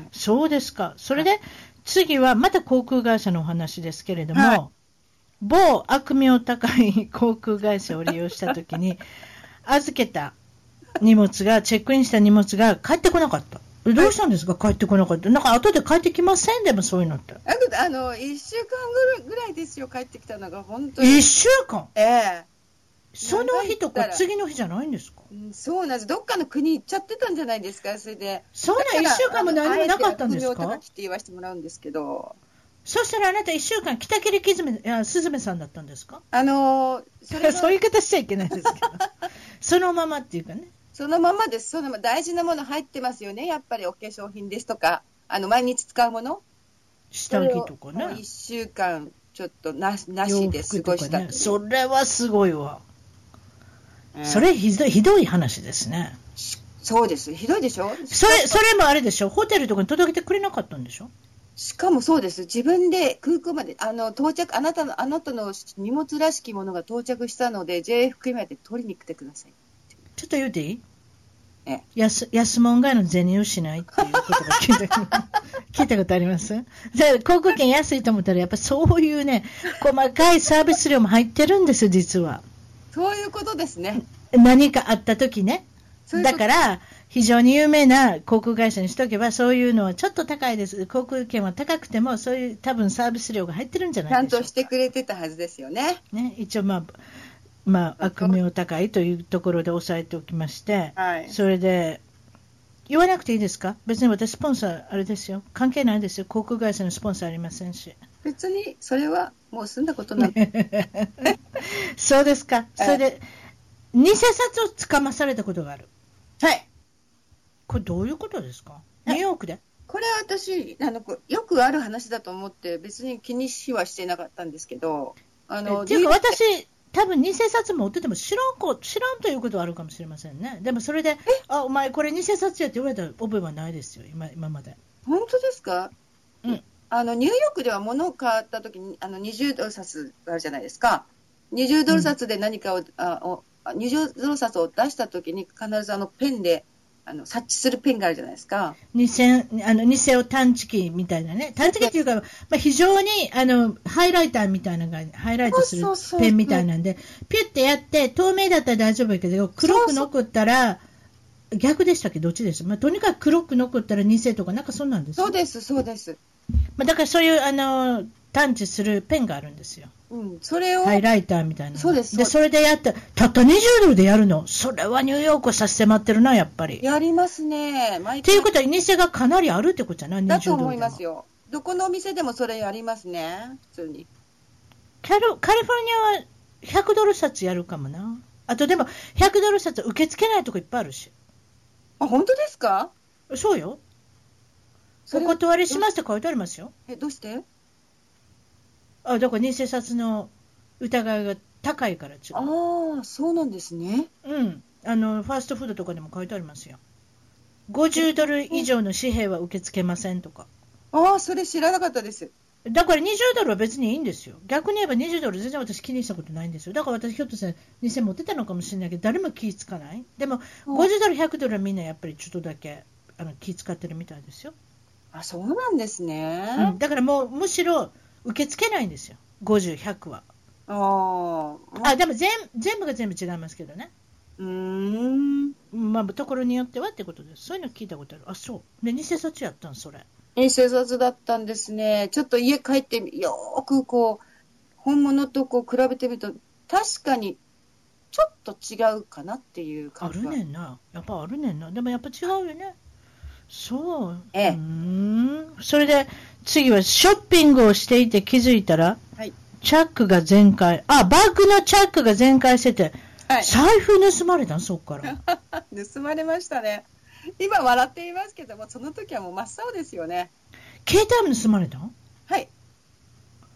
S1: そうですか。それで、次はまた航空会社のお話ですけれども、はい、某悪名高い航空会社を利用したときに、預けた荷物が、チェックインした荷物が帰ってこなかった。どうしたんですか、帰ってこなかった。なんか後で帰ってきませんでも、そういうのって。
S2: あの、いっしゅうかんぐらいですよ、帰ってきたのが、本当に。
S1: いっしゅうかん
S2: ええ。
S1: その日とか次の日じゃないんですか。
S2: うん、そうなんです。どっかの国行っちゃってたんじゃないですか、それで。
S1: そんないっしゅうかんも何もなかったんですか。
S2: 悪名高きって言わせてもらうんですけど。
S1: そしたらあなたいっしゅうかん北切きずめ、いや、スズメさんだったんですか。
S2: あのー、
S1: それそういう言い方しちゃいけないですけど。そのままっていうかね。
S2: そのままです。そのまま大事なもの入ってますよね。やっぱりお化粧品ですとか、あの毎日使うもの。
S1: 下着とかね。
S2: いっしゅうかんちょっとなし、なしで過ごした、
S1: ね。それはすごいわ。うん、それひどい、ひどい話ですね。
S2: そうです。ひどいでしょ。
S1: それ、それもあれでしょ。ホテルとかに届けてくれなかったんでしょ。
S2: しかもそうです。自分で空港まで、あの、到着、あなたの、あなたの荷物らしきものが到着したので、ジェイエフ 組合で取りに来てください。
S1: ちょっと言うていい？
S2: え
S1: 安、安物買いの銭をしないっていうことが聞いた聞いたことあります？航空券安いと思ったら、やっぱそういうね、細かいサービス料も入ってるんですよ、実は。
S2: そういうことですね。
S1: 何かあった時ね。ううだから、非常に有名な航空会社にしとけば、そういうのはちょっと高いです。航空券は高くても、そういう多分サービス料が入ってるんじゃないでしょうか。
S2: ちゃんとしてくれてたはずですよね。
S1: ね、一応まあ、まあ、悪名高いというところで押さえておきまして、
S2: はい、
S1: それで、言わなくていいですか？別に私スポンサーあれですよ。関係ないですよ。航空会社のスポンサーありませんし。
S2: 別に、それはもう済んだことなん
S1: そうですか。それで、偽札をつかまされたことがある。
S2: はい。
S1: これどういうことですか？ニューヨークで？
S2: これは私あの、よくある話だと思って、別に気にしはしてなかったんですけど、あの、
S1: っていうか私、多分偽札持ってても知らんこ、知らんということはあるかもしれませんね。でもそれで、あ、お前これ偽札やって言われた覚えはないですよ、今、今まで。
S2: 本当ですか？
S1: うん。
S2: あの、ニューヨークでは物を買ったときに、あの、にじゅうドル札があるじゃないですか。にじゅうドル札で何かを、うん、あおにじゅうドル札を出したときに必ずあのペンで、あの察知するペンがあるじゃないですか。
S1: 偽、あの偽を探知機みたいなね。探知機っていうか、まあ、非常にあのハイライターみたいなのがハイライトするペンみたいなんで、ピュッてやって透明だったら大丈夫やけど、黒く残ったらそうそう逆でしたっけどっちです？まあ、とにかく黒く残ったら偽とかなんかそんなんです。
S2: そうですそうです。
S1: まあ、だからそういうあの探知するペンがあるんですよ。
S2: うん、それを
S1: ハイライターみたいな。
S2: そうです。
S1: で、それでやった、たったにじゅうドルでやるの。それはニューヨーク差し迫ってるな、やっぱり。
S2: やりますね。
S1: っていうことは、偽がかなりあるってことじゃない？
S2: だと思いますよ。どこのお店でもそれやりますね、普通に。
S1: カリ、カリフォルニアはひゃくドル札やるかもな。あとでも、ひゃくドル札受け付けないとこいっぱいあるし。
S2: あ、本当ですか？
S1: そうよ。お断りしますって書いてありますよ。
S2: え、どうして？
S1: あ、だから偽札の疑いが高いから違う。
S2: ああ、そうなんですね。
S1: うん。あの、ファーストフードとかでも書いてありますよ。ごじゅうドル以上の紙幣は受け付けませんとか。
S2: ああ、それ知らなかったです。
S1: だからにじゅうドルは別にいいんですよ。逆に言えばにじゅうドル全然私気にしたことないんですよ。だから私ひょっとしたら偽持ってたのかもしれないけど、誰も気つかない。でも、ごじゅうドル、ひゃくドルはみんなやっぱりちょっとだけあの気使ってるみたいですよ。
S2: あ、そうなんですね。
S1: うん、だからもうむしろ受け付けないんですよ。ごじゅう、ひゃくは。
S2: あ
S1: あ、でも 全, 全部が全部違いますけどね。
S2: うーん。
S1: まあ、ところによってはってことです。そういうの聞いたことある。あ、そう。で、偽札やったんそれ。
S2: 偽札だったんですね。ちょっと家帰ってよーくこう、本物とこう比べてみると、確かにちょっと違うかなっていう感じ
S1: あるねんな。やっぱあるねんな。でもやっぱ違うよね。そう。
S2: ええ。
S1: うーん。それで、次はショッピングをしていて気づいたら、
S2: はい、
S1: チャックが全開。あ、バッグのチャックが全開してて、はい、財布盗まれたんそっから。
S2: 盗まれましたね。今笑っていますけども、その時はもう真っ青ですよね。
S1: 携帯も盗まれたん？
S2: はい。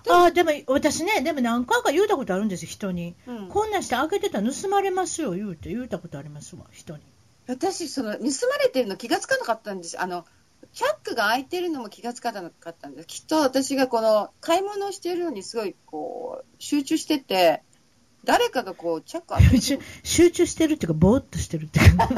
S1: あでも私ね、でも何回か言うたことあるんですよ、人に、うん、こんなんして開けてたら盗まれますよ言うて言うたことありますわ、人に。
S2: 私その盗まれてるの気がつかなかったんです。あのチャックが開いてるのも気がつかなかったんです。きっと私がこの買い物をしているのにすごいこう集中してて、誰かがこうチャック開けてる
S1: 集中してるっていうかぼーっとしてるっていうか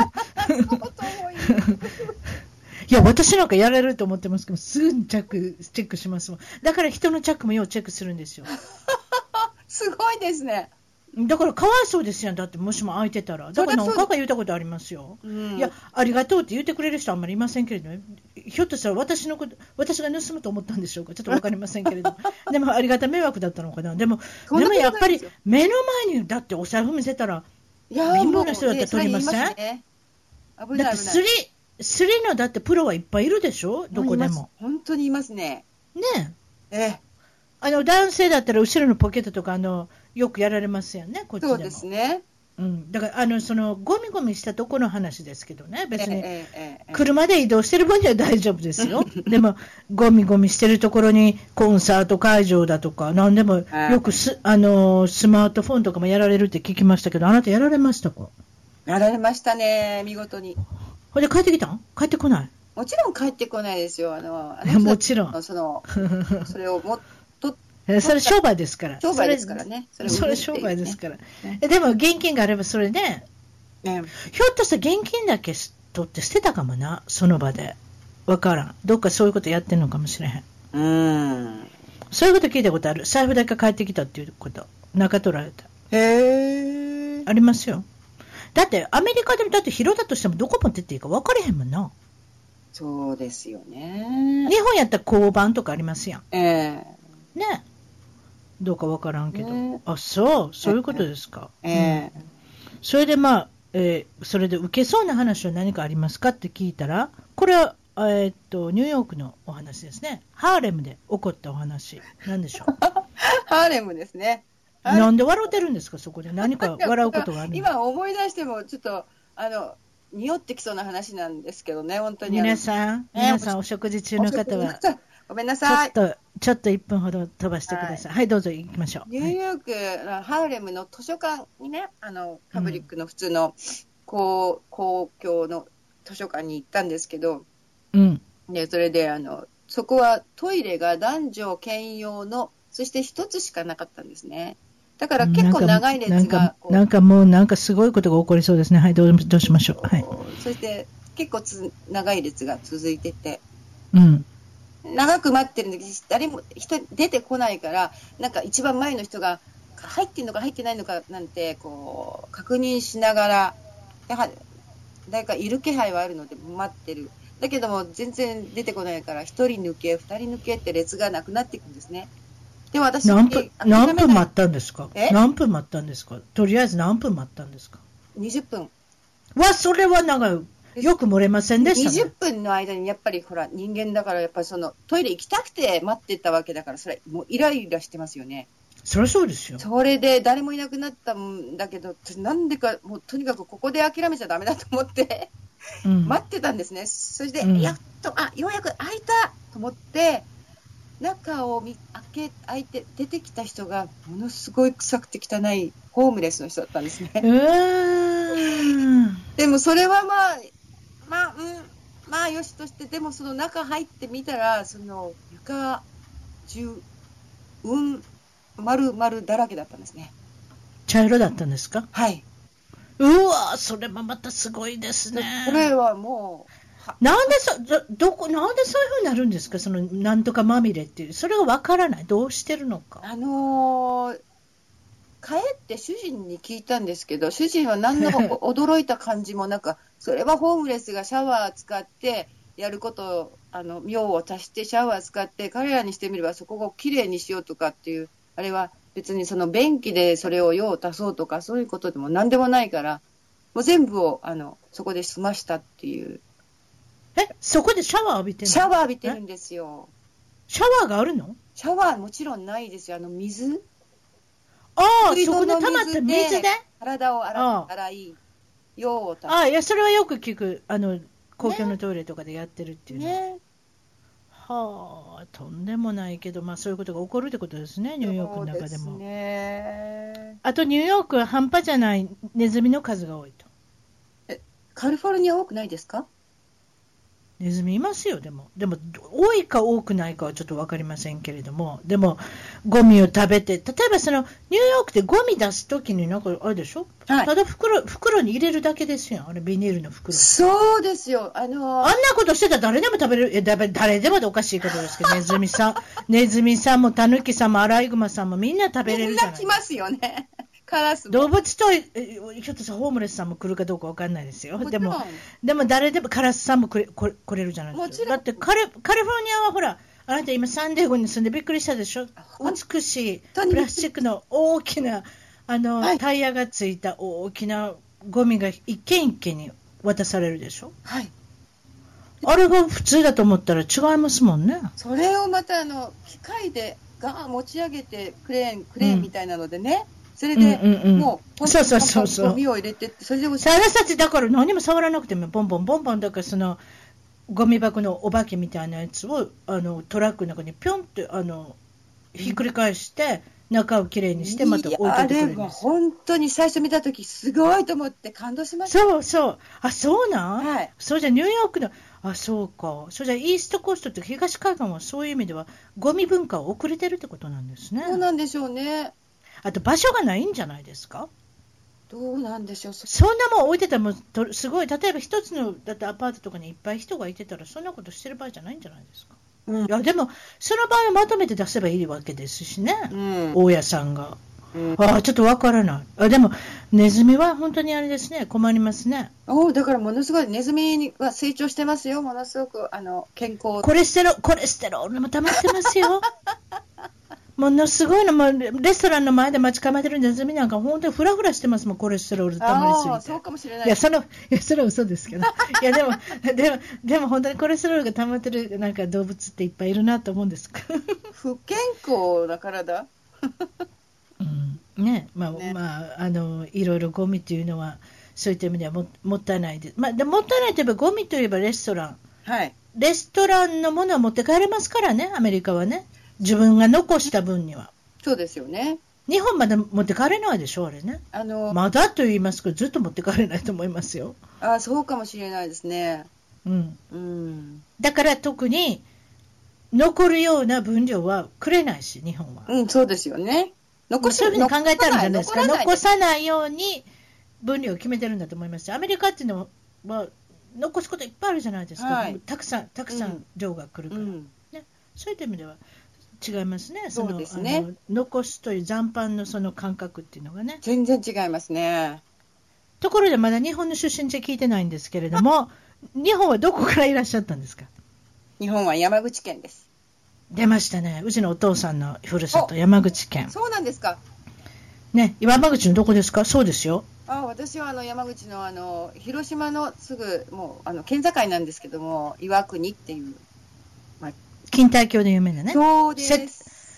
S1: いや私なんかやれると思ってますけど、すぐにチャックチェックしますもん。だから人のチャックもようチェックするんですよ
S2: すごいですね。
S1: だからかわいそうですやん。だってもしも空いてたら。だから何回か言ったことありますよ、うん、いやありがとうって言ってくれる人あんまりいませんけれど、ね、ひょっとしたら私のこと私が盗むと思ったんでしょうか、ちょっと分かりませんけれどでもありがた迷惑だったのかな。でもでもやっぱり目の前にだってお財布見せたら貧乏な人だって取りません、ね、危ない危ない。だってスリスリのだってプロはいっぱいいるでしょ、どこでも。
S2: 本当にいますね。
S1: ね
S2: ええ、
S1: あの男性だったら後ろのポケットとかあのよくやられますよね、こっちでも。
S2: そうですね、
S1: うん、だからあのそのゴミゴミしたところの話ですけどね、別に車で移動してる分には大丈夫ですよでもゴミゴミしてるところにコンサート会場だとか何でもよくス、あのスマートフォンとかもやられるって聞きましたけど、あなたやられましたか？
S2: やられましたね、見事に。
S1: ほんで帰ってきたん？帰ってこない？
S2: もちろん帰ってこないですよ。あのあ
S1: のもちろん
S2: そのそれをもっと
S1: それ商売ですから。
S2: 商売ですからね。
S1: それ、それ商売ですから。ね、でも現金があればそれね、ね、ひょっとしたら現金だけ取って捨てたかもな、その場で。わからん。どっかそういうことやってんのかもしれへん。
S2: うーん。
S1: そういうこと聞いたことある。財布だけ帰ってきたっていうこと。中取られた。
S2: へー。
S1: ありますよ。だってアメリカでもだって拾ったとしてもどこ持ってっていいか分かれへんもんな。
S2: そうですよね。
S1: 日本やったら交番とかありますやん。
S2: ええ
S1: ー。ね。どうか分からんけど、ね、あそうそういうことですか、
S2: ええーうん、
S1: それでまあ、えー、それで受けそうな話は何かありますかって聞いたら、これは、えー、っとニューヨークのお話ですね。ハーレムで起こったお話なんでしょう
S2: ハーレムですね。
S1: なんで笑ってるんですか、そこで何か笑うことがあるんですか？
S2: 今思い出してもちょっとあの匂ってきそうな話なんですけどね、本当に。
S1: 皆さん、えー、皆さんお食事中の方は
S2: ごめんなさい。
S1: ちょっと、ちょっといっぷんほど飛ばしてください。はい、はい、どうぞ行きましょう。
S2: ニューヨーク、はい、ハーレムの図書館にね、あのパブリックの普通の公、公共の図書館に行ったんですけど、
S1: うん、
S2: でそれであのそこはトイレが男女兼用の、そして一つしかなかったんですね。だから結構長い列が
S1: なんか、なんかもうなんかすごいことが起こりそうですね。はい、どう、どうしましょう。はい。
S2: そして結構つ長い列が続いてて、
S1: うん。
S2: 長く待ってるんだけど誰も人出てこないから、なんか一番前の人が入ってるのか入ってないのかなんてこう確認しながら、やはり誰かいる気配はあるので待ってる。だけども全然出てこないから一人抜け二人抜けって列がなくなっていくんですね。でも私
S1: 何分何分待ったんですか？何分待ったんですか？とりあえず何分待ったんですか？
S2: にじゅっぷん。
S1: わ、それは長い。よく漏れませんでしたね。
S2: にじゅっぷんの間にやっぱりほら人間だからやっぱりそのトイレ行きたくて待ってたわけだから、それもうイライラしてますよね。
S1: そりゃそうですよ。
S2: それで誰もいなくなったんだけど、なんでかもうとにかくここで諦めちゃダメだと思って、うん、待ってたんですね。それで、うん、やっとあようやく開いたと思って中を見開け開いて出てきた人がものすごい臭くて汚いホームレスの人だったんですね。
S1: うーん
S2: でもそれはまあまあ、うん、まあよしとして、でもその中入ってみたら、その床中、うん丸々だらけだったんですね。
S1: 茶色だったんですか？
S2: はい。
S1: うわ、それもまたすごいですね。
S2: これはも
S1: う、なんでそ、ど、どこ、なんでそういう風になるんですか？そのなんとかまみれっていう、それがわからない。どうしてるのか。
S2: あのー。帰って主人に聞いたんですけど、主人は何の驚いた感じもなくそれはホームレスがシャワー使ってやることをあの妙を足してシャワー使って彼らにしてみればそこをきれいにしようとかっていう、あれは別にその便器でそれを用を足そうとかそういうことでも何でもないから、もう全部をあのそこで済ましたっていう。
S1: え、そこでシャワー浴びてるの？
S2: シャワー浴びてるんですよ。
S1: シャワーがあるの？
S2: シャワーもちろんないですよ。あの水、
S1: ああ、そこで溜まった水で
S2: 体を洗洗い、用を足す。
S1: ああ、いや、それはよく聞く。あの、公共のトイレとかでやってるっていうのは。ね。ははあ、とんでもないけど、まあ、そういうことが起こるってことですね、ニューヨークの中でも。
S2: そうですね。
S1: あとニューヨークは半端じゃないネズミの数が多いと。
S2: え、カリフォルニア多くないですか？
S1: ネズミいますよ。でもでも多いか多くないかはちょっと分かりませんけれども、でもゴミを食べて、例えばそのニューヨークでゴミ出すときになんかあれでしょ、はい、ただ 袋, 袋に入れるだけですよ、あれビニールの袋。
S2: そうですよ、あのー、
S1: あんなことしてたら誰でも食べれる。え誰でもでおかしいことですけど、ネズミさんネズミさんもタヌキさんもアライグマさんもみんな食べれるじゃないですか。
S2: みんな来ますよね。カラスも
S1: 動物とひょっとしたらホームレスさんも来るかどうかわかんないですよ。でもでも誰でもカラスさんも来れ、来れるじゃないですか。だってカリ、カリフォルニアはほら、あなた今サンディエゴに住んでびっくりしたでしょ。美しいプラスチックの大きなあの、はい、タイヤがついた大きなゴミが一軒一軒に渡されるでしょ。
S2: はい。
S1: あれが普通だと思ったら違いますもんね。
S2: それをまたあの機械でガー持ち上げてクレーンクレーンみたいなのでね。うん、それで、うんうんうん、もう、
S1: そうそうそうそう。
S2: ゴミを入れてって、それで
S1: 私たちだから何も触らなくても、ボンボンボンボンだから、そのゴミ箱のお化けみたいなやつをあのトラックの中にぴょんってあのひっくり返して、中をきれいにして、また置いておいてくれるんです。
S2: あれは本当に最初見たとき、すごいと思って感動しました。
S1: そうそう。あ、そうなん、
S2: はい、
S1: そうじゃニューヨークの、あ、そうか。そうじゃイーストコーストって東海岸はそういう意味では、ゴミ文化を遅れてるってことなんですね。
S2: そうなんでしょうね。
S1: あと場所がないんじゃないですか。
S2: どうなんでしょう。
S1: そんなもん置いてたらもうすごい、例えば一つのだってアパートとかにいっぱい人がいてたらそんなことしてる場合じゃないんじゃないですか。うん、いやでもその場合はまとめて出せばいいわけですしね、うん、大家さんが、うん、あちょっとわからない。あでもネズミは本当にあれですね、困りますね。
S2: おだからものすごいネズミは成長してますよ。ものすごくあの健康。
S1: コレステロコレステロールも溜まってますよ。ものすごいの、もうレストランの前で待ち構えてるネズミなんか本当にフラフラしてますもん、コレステロール溜まりすぎて。
S2: あそうかもしれない。
S1: いやそのいやそれは嘘ですけど。いやでもでもでも本当にコレステロールが溜まってるなんか動物っていっぱいいるなと思うんですか。
S2: 不健康だからだ。
S1: うん、ねまあねまああのいろいろゴミというのはそういった意味では も, もったいないです。まあでももったいないといえばゴミといえばレストラン。
S2: はい。
S1: レストランのものは持って帰れますからね、アメリカはね。自分が残した分には。
S2: そうですよね。
S1: 日本まで持って帰れないでしょ、あれね。
S2: あの
S1: まだと言いますけど、ずっと持って帰れないと思いますよ。
S2: あそうかもしれないですね。
S1: うん
S2: うん、
S1: だから特に残るような分量はくれないし、日本は。
S2: うん、そうですよね。
S1: 残そういうふうに考えてあるんじゃないですか。残さないように分量を決めてるんだと思います。アメリカっていうのは残すこといっぱいあるじゃないですか。はい、たくさんたくさん量が来るから、うんね、そういう意味では違いますね。その
S2: そうですね。
S1: あの残すという残飯のその感覚っていうのがね。
S2: 全然違いますね。
S1: ところでまだ日本の出身地は聞いてないんですけれども、日本はどこからいらっしゃったんですか。
S2: 日本は山口県です。
S1: 出ましたね。うちのお父さんのふるさと山口県。
S2: そうなんですか。
S1: ね、山口のどこですか。そうですよ。
S2: あ私はあの山口のあの広島のすぐもうあの県境なんですけども、岩国っていう。まあ
S1: 錦帯橋で有名なね。
S2: そうです。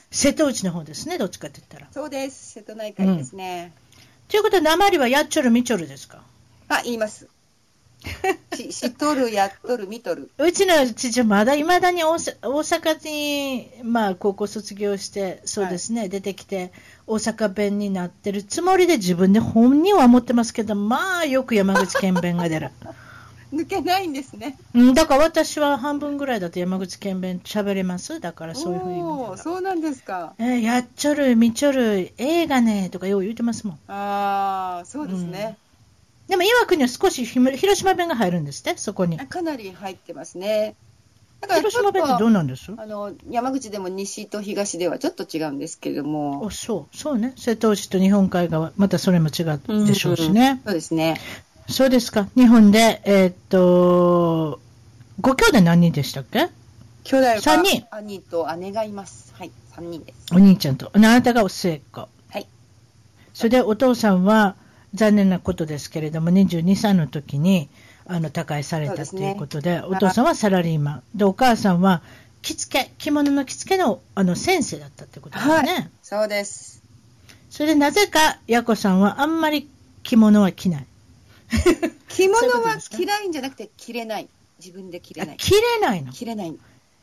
S1: 瀬戸内の方ですね、どっちかって言ったら。
S2: そうです。瀬戸内海ですね。
S1: うん、ということは、訛りはやっちょるみちょるですか。
S2: あ、言います。し、しとる、やっとる、みとる。
S1: うちの父はまだいまだに大阪に、まあ、高校卒業して、そうですね、はい、出てきて、大阪弁になってるつもりで自分で本人は思ってますけど、まあ、よく山口県弁が出る。
S2: 抜けないんですね。
S1: うん、だから私は半分ぐらいだと山口県弁喋れます。だからそういうふうに。
S2: おー、そうなんですか。
S1: えー、やっちょる、みちょる、映画ねとかよう言ってますもん。
S2: ああ、そうですね。
S1: うん、でも岩国は少し広島弁が入るんですって、そこに。
S2: かなり入ってますね。
S1: だから広島弁ってどうなんです？
S2: あの山口でも西と東ではちょっと違うんですけれども。
S1: おそう、そうね。瀬戸内と日本海側、またそれも違うでしょうしね。うんうん、
S2: そうですね。
S1: そうですか。日本で、えー、っと、ご兄弟何人でしたっけ？
S2: 兄弟は
S1: さんにん。
S2: 兄と姉がいます。はい、さんにんです。
S1: お兄ちゃんと。あなたがお末っ子。
S2: はい。
S1: それでお父さんは、残念なことですけれども、にじゅうにさいの時に、あの、他界されたということで、でね、お父さんはサラリーマン。で、お母さんは、着付け、着物の着付けの、あの、先生だったということですね。はい。
S2: そうです。
S1: それで、なぜか、やこさんはあんまり着物は着ない。
S2: 着物は嫌いんじゃなくて着れない。自分で着れない。
S1: 着れないの？
S2: 着れない。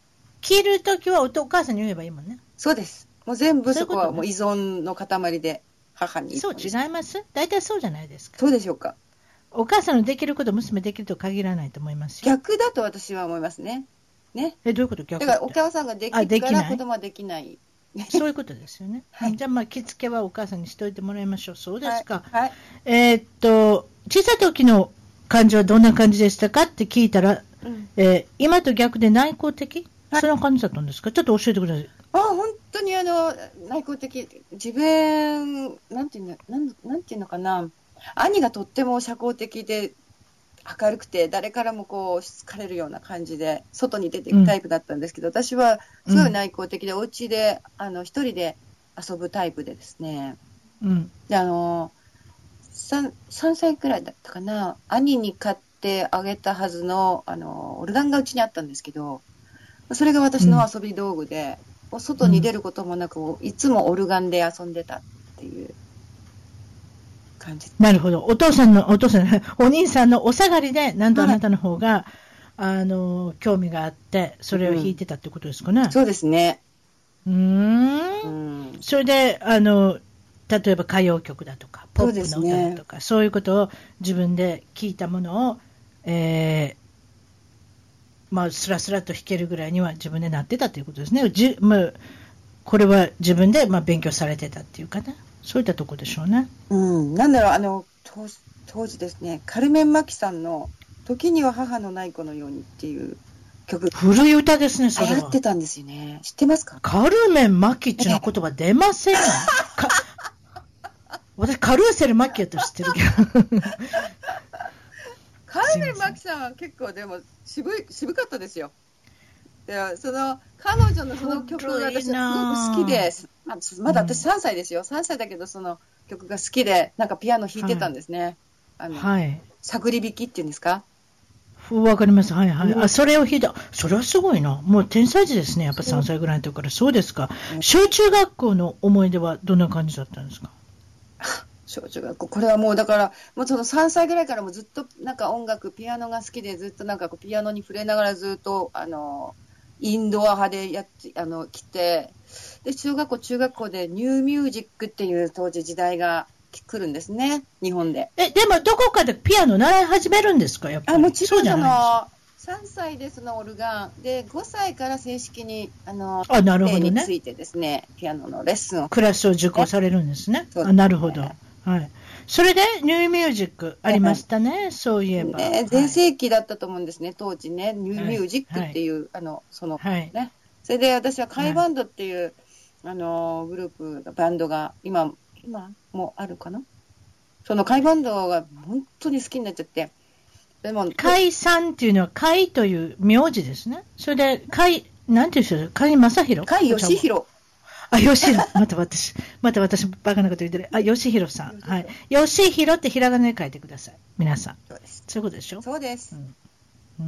S1: 切るときは お, お母さんに言えばいいもんね。
S2: そうです。もう全部そこはもう依存の塊で母に。
S1: そう、違います。大体そうじゃないですか。
S2: そうでしょうか。
S1: お母さんのできること娘できると限らないと思いますよ。
S2: 逆だと私は思いますね。ね。
S1: え、どういうこと逆って？
S2: だからお母さんができるから子供はできない。
S1: そういうことですよね。
S2: はい、
S1: じゃあまあ着付けはお母さんにしといてもらいましょう。そうですか。
S2: はいはい、
S1: えー、っと小さい時の感じはどんな感じでしたかって聞いたら、うん、えー、今と逆で内向的、はい、そんな感じだったんですか？ちょっと教えてください。
S2: あ、本当にあの内向的、自分なんていうの、なん、なんていうのかな、兄がとっても社交的で明るくて誰からもこう好かれるような感じで外に出ていくタイプだったんですけど、うん、私はすごい内向的で、うん、お家であの一人で遊ぶタイプでですね、うん、であの 3, さんさいくらいだったかな、兄に買ってあげたはずのあのオルガンがうちにあったんですけど、それが私の遊び道具で、うん、外に出ることもなくいつもオルガンで遊んでたっていう感じ。
S1: なるほど。お父さんのお父さんお兄さんのお下がりでなんとあなたの方が、はい、あの興味があってそれを弾いてたってことですかね。
S2: うん、そうですね。
S1: うーん、うん、それであの例えば歌謡曲だとかポップの歌だとか そう、ね,、そういうことを自分で聞いたものを、えーまあ、スラスラと弾けるぐらいには自分でなってたということですね。じ、まあ、これは自分で、まあ、勉強されてたっていうかね、そういったところでしょうね。
S2: うん、なんだろう、あの 当, 当時ですね、カルメン・マキさんの時には母のない子のようにっていう曲、
S1: 古い歌ですね。それは
S2: 流行ってたんですよね。知ってますか？
S1: カルメン・マキっていうの言葉出ませんよ。私カルーセル・マキやと知ってるけど
S2: カルメン・マキさんは結構でも 渋, い渋かったですよ。でその彼女のその曲が私はすごく好きで、まだ私さんさいですよ、うん、さんさいだけどその曲が好きでなんかピアノ弾いてたんですね、はい、あの、はい、探り弾きっていうんですか。
S1: わかります。はいはい、うん、あ、それを弾いた。それはすごいな。もう天才児ですね。やっぱさんさいぐらいの時から。そうですか。小中学校の思い出はどんな感じだったんですか？
S2: 小中学校、これはもうだからもうそのさんさいぐらいからもずっとなんか音楽ピアノが好きで、ずっとなんかこうピアノに触れながらずっとあのインドア派でやってあの来て、で中学校中学校でニューミュージックっていう当時時代が来るんですね、日本で。
S1: えでもどこかでピアノ習い始めるんですか？やっぱり
S2: あもちろんそのさんさいでそのオルガンでごさいから正式にあの
S1: あなるほど、ね、
S2: についてですねピアノのレッスンを
S1: クラスを受講されるんですね。あなるほど、はい、それでニューミュージックありましたね、はい、そういえば、
S2: ね、全盛期だったと思うんですね、当時ね、ニューミュージックっていう、はい、あのその、はい、ね、それで私はカイバンドっていう、はい、あのグループバンドが今今もあるかな、そのカイバンドが本当に好きになっちゃって、でも
S1: カイさんっていうのはカイという名字ですね。それでカイなんていうんですか、カイ正弘、
S2: カイ義弘、
S1: あ、吉弘、また私、また私、バカなこと言ってる。あ、吉弘さん。はい。吉弘ってひらがなで書いてください。皆さん。そうです。そういうことでしょ？
S2: そうです。
S1: うん。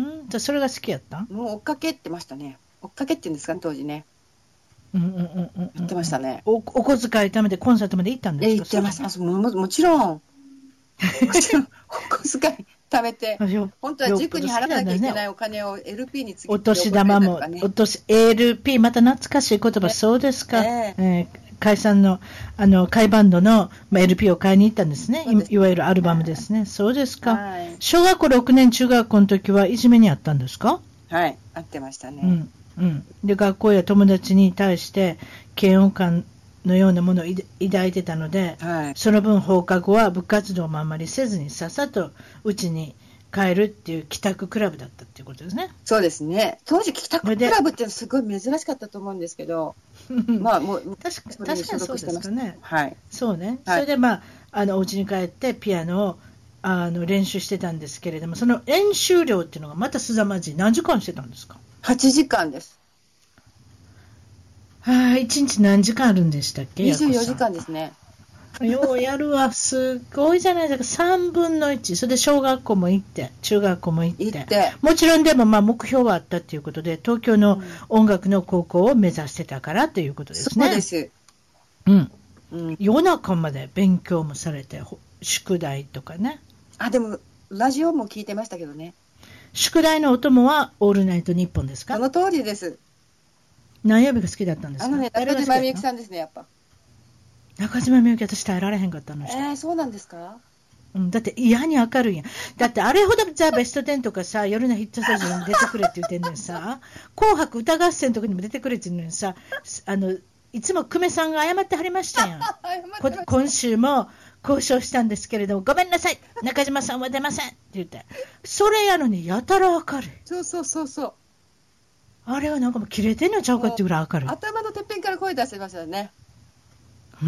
S1: うーん。じゃそれが好きやった？
S2: もう追っかけってましたね。追っかけって言うんですかね、当時ね。
S1: うんうんうんうん。
S2: 言ってましたね。
S1: お、お小遣い貯めてコンサートまで行ったんですか？
S2: 行ってました。も, もちろん。もちろん、お小遣い貯めて、本当は塾に払わなきゃいけないお金を エルピー につぎて、ね、お
S1: 年玉も、お年 エルピー、また懐かしい言葉、ね、そうですか。えーえー、解散の、あの、解バンドの、まあ、エルピー を買いに行ったんですね。い, いわゆるアルバムですね。そうですか。はい、小学校ろくねん、中学校の時はいじめにあったんですか？
S2: はい、あってましたね。
S1: うんうん、で学校や友達に対して嫌悪感のようなものを抱いてたので、はい、その分放課後は部活動もあんまりせずにさっさと家に帰るっていう帰宅クラブだったっていうことですね。
S2: そうですね。当時帰宅クラブってすごい珍しかったと思うんですけどまあもう
S1: 確か、確かにそうですかね。
S2: はい。
S1: そうね。はい、それでまああのお家に帰ってピアノをあの練習してたんですけれども、その練習量っていうのがまたすざまじい。何時間してたんですか？
S2: はちじかんです。
S1: はあ、いちにち何時間あるんでしたっけ？
S2: にじゅうよじかんですね。
S1: ようやるわ、すごいじゃないですか。さんぶんのいち、それで小学校も行って、中学校も行って、行ってもちろんでもまあ目標はあったということで、東京の音楽の高校を目指してたからということですね。
S2: そうです。
S1: うん。うん、夜中まで勉強もされて、宿題とかね。
S2: あ、でもラジオも聞いてましたけどね。
S1: 宿題のお供はオールナイトニッポンですか？
S2: その通りです。
S1: 何曜日が好きだったんですか？
S2: あのね、中島みゆきさんですね、やっぱ。
S1: 中島みゆき、私耐えられへんかったの人。
S2: えー、そうなんですか？
S1: うん、だって嫌に明るいやん。だってあれほどザ・ベストテンとかさ、夜のヒットスタジオに出てくれって言ってんのにさ、紅白歌合戦とかにも出てくれって言うのにさ、あの、いつも久米さんが謝ってはりましたやん。今週も交渉したんですけれども、ごめんなさい、中島さんは出ませんって言って。それやのにやたら明るい。
S2: そうそうそうそう。
S1: あれはなんかもう切れてんのちゃうかっていうぐらい明るい。
S2: 頭のてっぺんから声出せますよね。
S1: うん。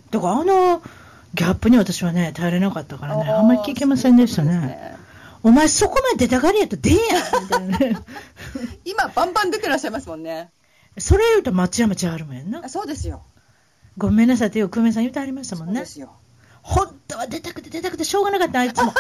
S1: だからあの、ギャップに私はね、耐えれなかったからね、あんまり聞けませんでしたね。ね、お前そこまで出たがりやったら出んやんみたいなね。
S2: 今バンバン出てらっしゃいますもんね。
S1: それ言うと松山千春もやんな。
S2: あ、そうですよ。
S1: ごめんなさいってよく久米さん言ってはりましたもんね。
S2: そうですよ。
S1: 本当は出たくて出たくてしょうがなかったあいつも。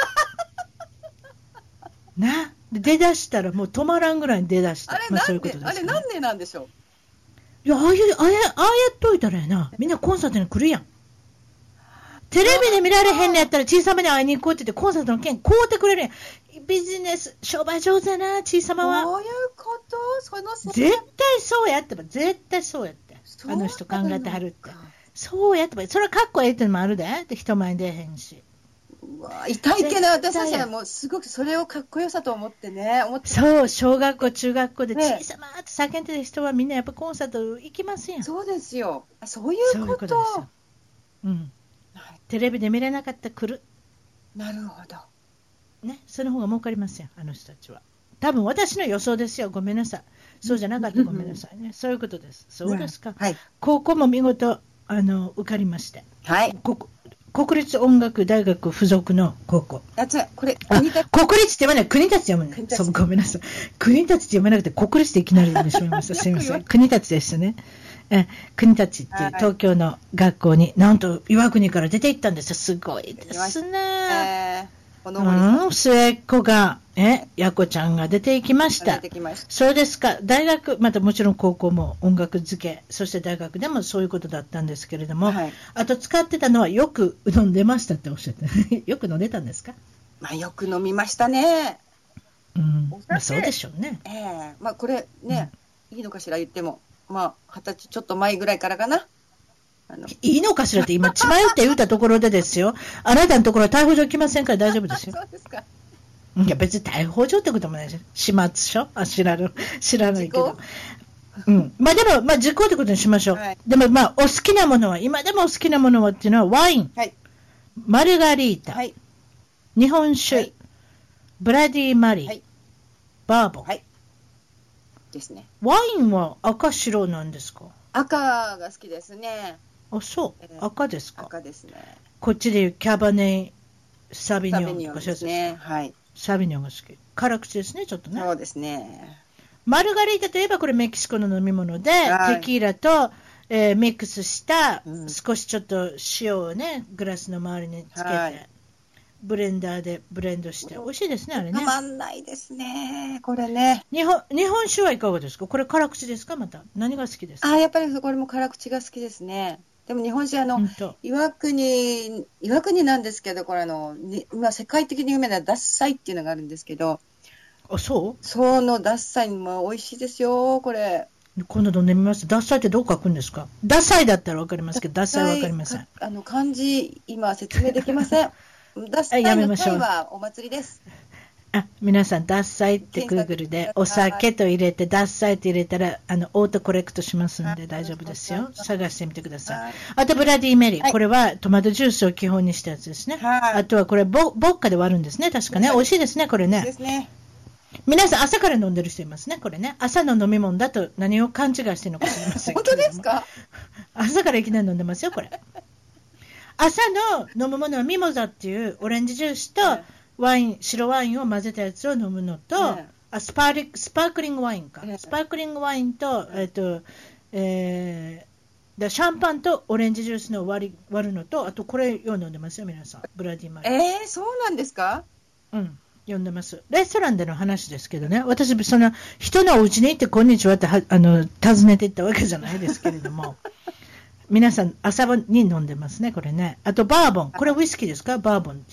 S1: な、出だしたらもう止まらんぐらいに出だした。
S2: あれなんで、まあ、そういうことですね、あれなんでなんでしょう。
S1: いや、ああいうああやああやっといたらやな、みんなコンサートに来るやん。テレビで見られへんのやったら小さめに会いに行こうって言ってコンサートの券買うてくれるやん。ビジネス商売上手やな、小さまは。
S2: そういうこと、その
S1: 絶対そうやってば、絶対そうやって、あの人考えてはるって、そうやってば、それはかっこええってのもあるで、って人前に出へんし。
S2: うわ、痛いけど私たちはもうすごくそれをかっこよさと思ってね、思って
S1: そう、小学校中学校で小さまって叫んでる人はみんなやっぱコンサート行きますやん。
S2: そうですよ、そういうこと。そういうことですよ。
S1: うん。テレビで見れなかったら来る。
S2: なるほど。
S1: ね、その方が儲かりますよ、あの人たちは。多分私の予想ですよ、ごめんなさい。そうじゃなかったらごめんなさいね。そういうことです。そうですか。
S2: はい、
S1: 高校も見事あの受かりまして。
S2: はい。
S1: 国立音楽大学附属の高校。
S2: あ、違う、これ
S1: 国立。国立って読まない、国立って読むね。そう、ごめんなさい。国立って読まなくて国立っていきなり読んでしまいました。すみません。国立でしたね。え国立っていう東京の学校に、なんと岩国から出て行ったんですよ。すごいですね。えー、うん、末っ子が、え、やこちゃんが出て行きました。出てきました。そうですか。大学、またもちろん高校も音楽付け、そして大学でもそういうことだったんですけれども、はい、あと使ってたのはよく飲んでましたっておっしゃって、よく飲んでたんですか？
S2: まあ、よく飲みましたね。
S1: うん、まあ、そうでしょうね。
S2: ええー、まあ、これね、うん、いいのかしら言っても。まあ、二十歳ちょっと前ぐらいからかな。
S1: あのいいのかしらって今、血迷って言ったところでですよ。あなたのところは逮捕状来ませんから大丈夫ですよ。
S2: そうですか。
S1: いや、別に逮捕状ってこともないですよ。始末書あ、知らない、知らないけど。うん。まあでも、まあ時効ってことにしましょう。はい、でもまあ、お好きなものは、今でもお好きなものはっていうのはワイン、はい、マルガリータ、はい、日本酒、はい、ブラディマリー、はい、バーボン。はい
S2: ですね、
S1: ワインは赤白なんですか？
S2: 赤が好きですね。
S1: あ、そう、えー、赤ですか？
S2: 赤ですね。
S1: こっちでいうキャバネサビニョン。サビニョン
S2: ですね。はい。
S1: サビニョンが好き。辛口ですね、ちょっとね。
S2: そうですね。
S1: マルガリータといえばこれメキシコの飲み物で、はい、テキーラと、えー、ミックスした、うん、少しちょっと塩をねグラスの周りにつけて、はい、ブレンダーでブレンドして美味しいですね、あれね。
S2: たまんないですね、これね。
S1: 日本、日本酒はいかがですか？これ辛口ですか？また何が好きですか？
S2: あ、やっぱりこれも辛口が好きですね。でも日本酒、あの岩国岩国なんですけど、これあの今世界的に有名な獺祭っていうのがあるんですけど。
S1: あ、そう？
S2: その獺祭も美味しいですよ、これ。
S1: 今度飲んでみます。獺祭ってどう書くんですか？獺祭だったらわかりますけど、獺祭はわかりません。
S2: あの漢字今説明できません。獺祭の祭はお祭りです。
S1: あ、皆さん獺祭って Google でお酒と入れて獺祭って入れたらあのオートコレクトしますんで大丈夫ですよ。探してみてください。あとブラディメリー、はい、これはトマトジュースを基本にしたやつですね。はい、あとはこれ ボ, ボッカで割るんですね、確かね。美味しいですね、これね。
S2: ですね。
S1: 皆さん朝から飲んでる人いますね、これね。朝の飲み物だと何を勘違いしてるのか知りませんけど
S2: 本当ですか？
S1: 朝からいきなり飲んでますよ、これ。朝の飲むものはミモザっていうオレンジジュースとワイン、白ワインを混ぜたやつを飲むのと、ね、あスパーリ、スパークリングワインか、ね、スパークリングワインと、えっと、えー、シャンパンとオレンジジュースの割り、割るのと、あとこれを飲んでますよ、皆さん。ブラディマリー。
S2: えー、そうなんですか？
S1: うん。読んでます。レストランでの話ですけどね、私、その人のお家に行ってこんにちはってはあの訪ねていったわけじゃないですけれども、皆さん朝に飲んでますね、これね。あとバーボン、これウイスキーですか？バーボンっていう。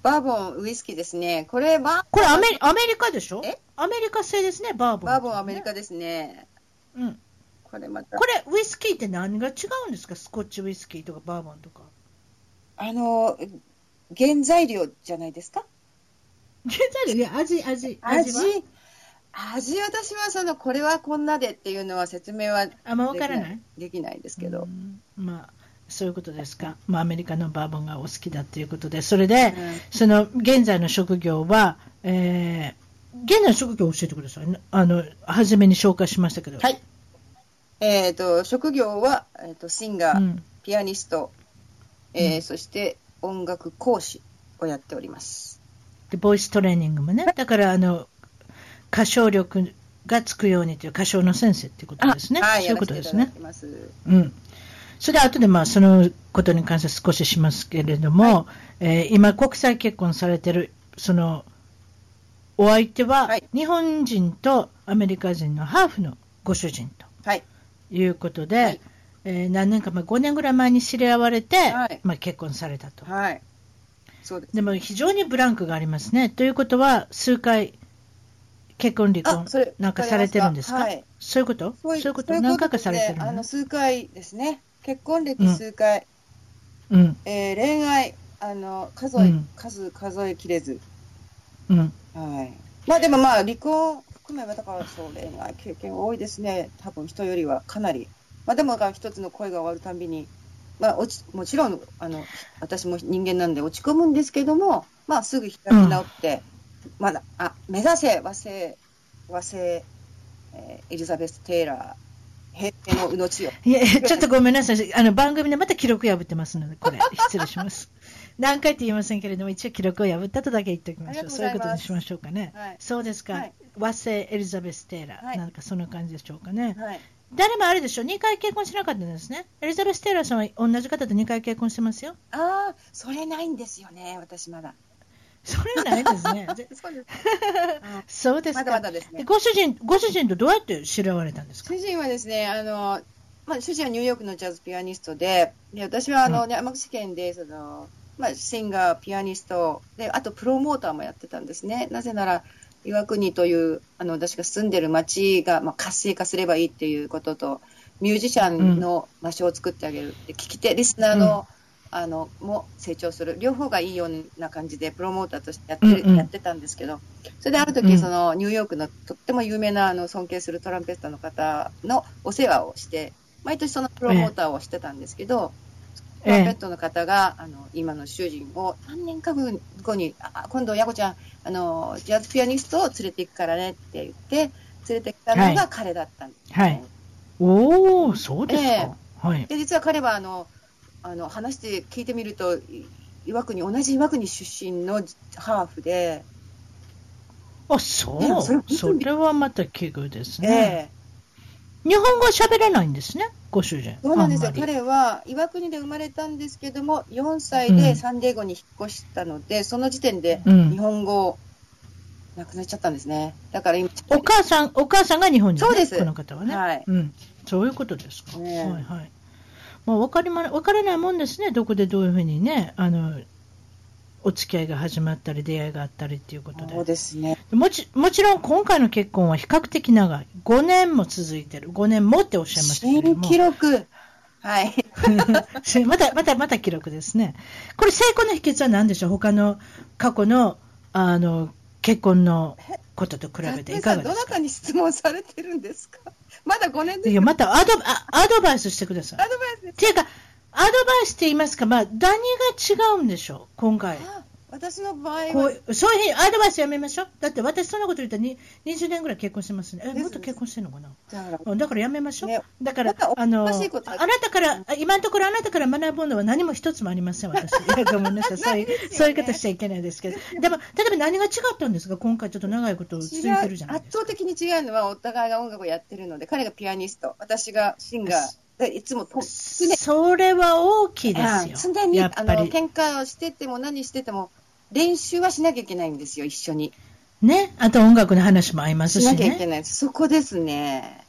S2: バーボンウイスキーですね。これは
S1: これアメリアメリカでしょ。えアメリカ製ですね、バーボン、ね、
S2: バーボンアメリカですね。
S1: うん。
S2: これまた
S1: これウイスキーって何が違うんですか？スコッチウイスキーとかバーボンとか。
S2: あの原材料じゃないですか？
S1: 原材料、いや味味
S2: 味味味私はそのこれはこんなでっていうのは説明は
S1: あんま分からない。
S2: できないですけど。
S1: まあそういうことですか。まあアメリカのバーボンがお好きだということで、それで、うん、その現在の職業は、えー、現在の職業を教えてください。あの初めに紹介しましたけど。
S2: はい。えっ、ー、と職業はえっ、ー、とシンガー、うん、ピアニスト、えーうん、そして音楽講師をやっております。
S1: でボイストレーニングもね。だからあの歌唱力がつくようにという歌唱の先生っていうことですね。
S2: はい、
S1: そういうことですね。
S2: うん。
S1: それで後でまあそのことに関して少ししますけれども、はい、えー、今国際結婚されているそのお相手は日本人とアメリカ人のハーフのご主人ということで、はい、えー、何年か、まあ、ごねんぐらい前に知り合われて、はい、まあ、結婚されたと、
S2: はい、そうです。
S1: でも非常にブランクがありますね。ということは数回結婚離婚なんかされてるんですか？はい、そういうことそういうこと何回かされてるの？
S2: あの数回ですね。結婚歴数回、
S1: うん、
S2: えー、恋愛あの数え、うん、数数えきれず、
S1: うん、
S2: はい。まあでもまあ離婚含めばだからそう恋愛経験多いですね。多分人よりはかなり。まあでも一つの恋が終わるたびに、まあ落ちもちろんあの私も人間なんで落ち込むんですけども、まあすぐ開き直って、うん、まだあ目指せ和製和製、えー、エリザベス・テイラー。平成の命を
S1: いやちょっとごめんなさい、あの番組でまた記録破ってますので、これ、失礼します。何回って言いませんけれども、一応記録を破ったとだけ言っておきましょう。そういうことにしましょうかね。はい、そうですか、はい、和製エリザベス・テイラー、はい、なんかそんな感じでしょうかね。はい、誰もあれでしょ、にかい結婚しなかったんですね。エリザベス・テイラーさんは同じ方とにかい結婚してますよ。
S2: ああ、それないんですよね、私まだ。
S1: それないですね。
S2: そうです。
S1: そうですか。
S2: まだまだですね。
S1: ご主人、ご主人とどうやって知り合われたんですか？
S2: 主人はですね、あの、まあ、主人はニューヨークのジャズピアニストで、で私はあの、うん、山口県でその、まあ、シンガー、ピアニストで、あとプロモーターもやってたんですね。なぜなら岩国というあの私が住んでる町が、まあ、活性化すればいいっていうことと、ミュージシャンの場所を作ってあげる、うん、聞き手リスナーの、うんあのも成長する両方がいいような感じでプロモーターとしてやってる、うんうん、やってたんですけど、それである時、うん、そのニューヨークのとっても有名なあの尊敬するトランペッターの方のお世話をして毎年そのプロモーターをしてたんですけど、ええ、トランペットの方があの今の主人を何年か後にあ今度ヤコちゃんあのジャズピアニストを連れて行くからねって言って連れてきたのが彼だったんです、ね、
S1: はいはい、おおそうですか、え
S2: ーはい、で実は彼はあのあの話して聞いてみると岩国同じ岩国出身のハーフで、
S1: あそうそれ、それはまた奇遇ですね、えー、日本語喋れないんですねご主人。
S2: そうなんですよ。彼は岩国で生まれたんですけどもよんさいでサンディエゴに引っ越したので、うん、その時点で日本語なくなっちゃったんですね。だから今
S1: お母さんお母さんが日本人、ね、
S2: そうです
S1: この方はね、
S2: はい
S1: うん、そういうことですか、ねはいはいまあ、分かりま、分からないもんですね。どこでどういうふうにねあのお付き合いが始まったり出会いがあったりということで、
S2: そうですね、
S1: もち、もちろん今回の結婚は比較的長いごねんも続いてるごねんもっておっしゃいましたけれども
S2: 新記録はい
S1: またまたまた記録ですね。これ成功の秘訣は何でしょう。他の過去のあの結婚のことと比べていかがですか。
S2: どなたに質問されてるんですか。まだごねんです。
S1: いやまたアド、アドバイスしてください。
S2: アドバイスです。
S1: っていうかアドバイスって言いますか、まあ、何が違うんでしょう今回。
S2: あ私の場合は
S1: こうそういうアドバイスやめましょう。だって私そんなこと言ったらににじゅうねんぐらい結婚してますね。えもっと結婚してるのかな。だからやめましょう、ね、だから、ま、あのあなたから今のところあなたから学ぶのは何も一つもありません私。いやごめんなさいそういう、ね、そういう方しちゃいけないですけど、でも例えば何が違ったんですか今回ちょっと長いこと続いてるじゃないですか。
S2: 圧倒的に違うのはお互いが音楽をやってるので、彼がピアニスト私がシンガー、いつもと
S1: それは大きいですよ。
S2: 常にあの喧嘩をしてても何してても練習はしなきゃいけないんですよ一緒に
S1: ね。あと音楽の話も合いますしね。
S2: しなきゃいけない。そこですね。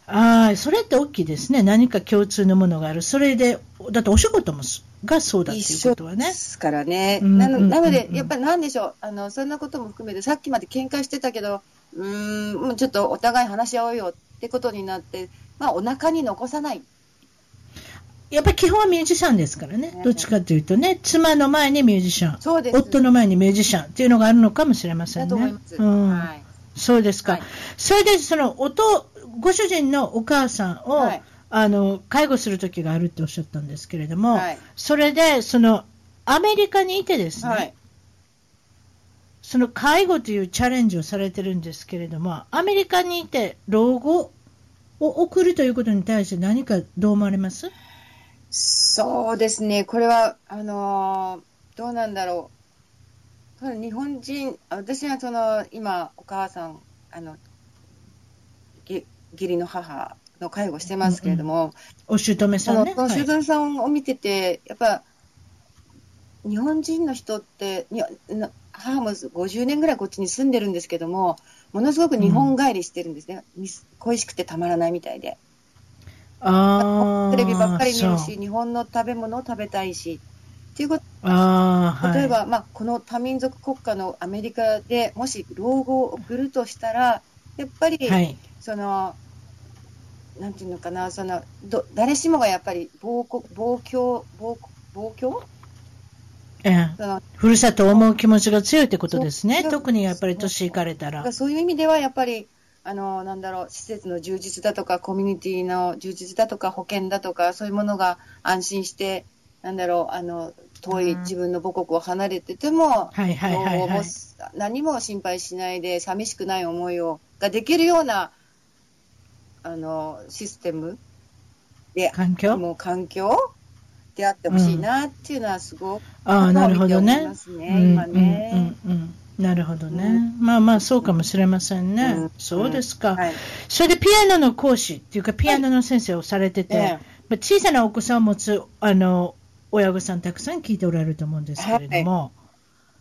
S1: ああ、それって大きいですね。何か共通のものがある。それで、だってお仕事もがそうだっていうことはね。
S2: 一緒ですからね。なの、なので、やっぱりなんでしょう、あの、そんなことも含めて、さっきまで喧嘩してたけど、うーん、もうちょっとお互い話し合おうよってことになって、まあ、お腹に残さない。
S1: やっぱり基本はミュージシャンですからね。どっちかというとね、妻の前にミュージシャン、そうです、夫の前にミュージシャンっていうのがあるのかもしれませんね。
S2: だと思います。
S1: うん、
S2: はい。
S1: そうですか。
S2: はい、
S1: それで、その、おと、ご主人のお母さんを、はい、あの、介護する時があるっておっしゃったんですけれども、はい、それで、その、アメリカにいてですね、はい、その介護というチャレンジをされてるんですけれども、アメリカにいて老後を送るということに対して何かどう思われます？
S2: そうですね、これは、あのー、どうなんだろう。日本人、私はその、今、お母さん、あの、義理の母の介護してますけれども、うんうん、
S1: お姑さんね。
S2: その姑さんを見てて、やっぱ、日本人の人って、母もごじゅうねんぐらいこっちに住んでるんですけども、ものすごく日本帰りしてるんですね。うん、恋しくてたまらないみたいで。
S1: あ
S2: テレビばっかり見るし、日本の食べ物を食べたいし。っていうこと、
S1: あ、
S2: 例えば、はい、まあ、この多民族国家のアメリカでもし老後を送るとしたら、やっぱり、はい、その、なんていうのかな、そのど誰しもがやっぱり暴暴挙、暴暴挙
S1: ええ、ふるさとを思う気持ちが強いってことですね。特にやっぱり年いかれたら。
S2: そういう意味ではやっぱりあのなんだろう、施設の充実だとかコミュニティの充実だとか保険だとかそういうものが安心してなんだろうあの遠い自分の母国を離れてても、はいはいはいはい、何も心配しないで寂しくない思いをができるようなあのシステムで
S1: 環境
S2: もう環境であってほしいなっていうのはすごく、
S1: うん、ああなるほどね。今ね、うんうんうんうん、なるほどね、うん。まあまあそうかもしれませんね。うん、そうですか、うん、はい。それでピアノの講師っていうかピアノの先生をされてて、はい、小さなお子さんを持つあの親御さんたくさん聞いておられると思うんですけれども、はい、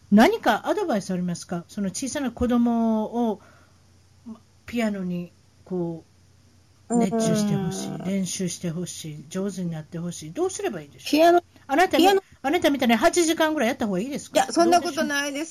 S1: 何かアドバイスありますか？その小さな子供をピアノにこう熱中してほしい、練習してほしい、上手になってほしい、どうすればいいでしょう？
S2: ピアノ、
S1: あなたあなたみたいにはちじかんぐらいやった方がいいですか？
S2: いや、そんなことないです。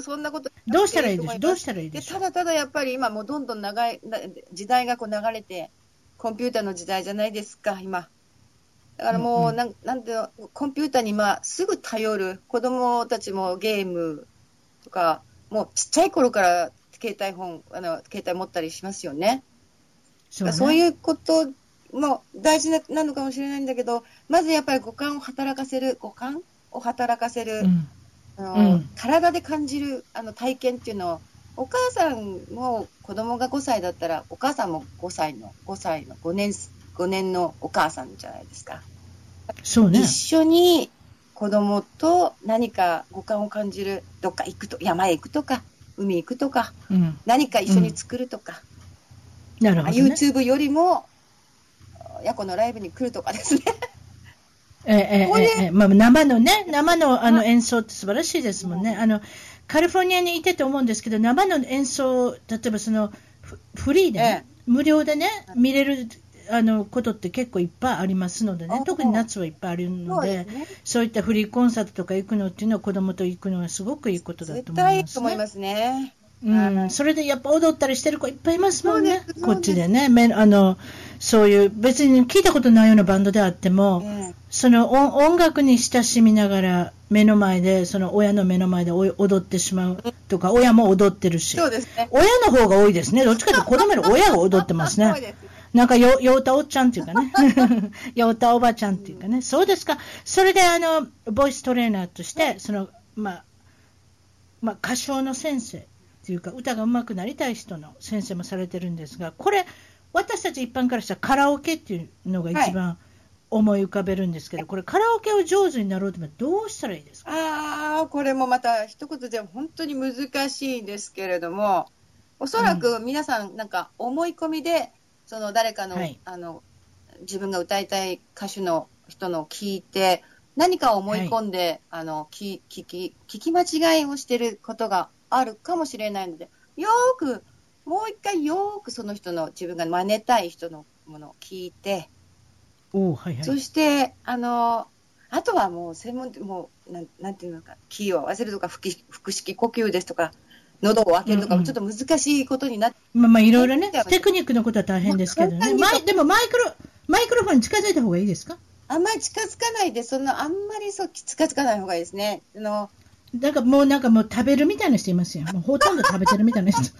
S2: そんなこと
S1: どうしたらいいでしょう？どうしたらいいでしょう？
S2: ただただやっぱり今もうどんどん長い時代がこう流れて、コンピューターの時代じゃないですか、今。だからもう、うんうん、なん、なんていうの、コンピューターに今すぐ頼る子供たちもゲームとか、もうちっちゃい頃から携帯本、あの携帯持ったりしますよね。そうね、そういうことも大事なのかもしれないんだけど、まずやっぱり五感を働かせる、五感を働かせる、うん、あのうん、体で感じるあの体験っていうのを、お母さんも子供がごさいだったら、お母さんもごさいの、ごさいのごねん、ごねんのお母さんじゃないですか。
S1: そうね。
S2: 一緒に子供と何か五感を感じる、どっか行くと、山へ行くとか、海行くとか、うん、何か一緒に作るとか、
S1: うん、なるほどね、
S2: YouTube よりも、ヤコのライブに来るとかですね。
S1: えええええ、まあ、生のね、生のあの演奏って素晴らしいですもんね。あのカリフォルニアにいてと思うんですけど、生の演奏、例えばそのフリーで、ね、ええ、無料でね、見れるあのことって結構いっぱいありますのでね、特に夏はいっぱいあるので、そうですね、そういったフリーコンサートとか行くのっていうのは子供と行くのはすごくいいことだと思いますね。
S2: 絶対いいと思いますね。
S1: うん、それでやっぱ踊ったりしてる子いっぱいいますもんね、こっちでね。めあのそういう別に聞いたことないようなバンドであっても、うん、その音楽に親しみながら目の前でその親の目の前で踊ってしまうとか、親も踊ってるし、
S2: そうですね、
S1: 親の方が多いですね。どっちかというと子供の親が踊ってますね。そうです、なんかよようたおっちゃんっていうかねようたおばちゃんっていうかね、うん、そうですか。それであのボイストレーナーとしてその、まあまあ、歌唱の先生というか歌が上手くなりたい人の先生もされてるんですが、これ私たち一般からしたらカラオケっていうのが一番思い浮かべるんですけど、はい、これカラオケを上手になろうと思ったらどうしたらいいですか？
S2: ああ、これもまた一言では本当に難しいんですけれども、おそらく皆さんなんか思い込みで、うん、その誰かの、はい、あの自分が歌いたい歌手の人のを聞いて何か思い込んで、はい、あの聞き、聞き間違いをしていることがあるかもしれないので、よーくもう一回よーくその人の自分が真似たい人のものを聞いて、
S1: お、はいはい、
S2: そしてあのあとはもう専門的もうなんなんていうのか、気を合わせるとか腹腹式呼吸ですとか喉を開けるとか、うんうん、ちょっと難しいことになって、
S1: まあまあいろいろねテクニックのことは大変ですけどね。マイでもマイクロマイクロフォンに近づいた方がいいですか？
S2: あんまり近づかないで、そんなあんまりそう近づかない方がいいですね。あの
S1: だからもうなんかもう食べるみたいな人いますよ。もうほとんど食べてるみたいな人。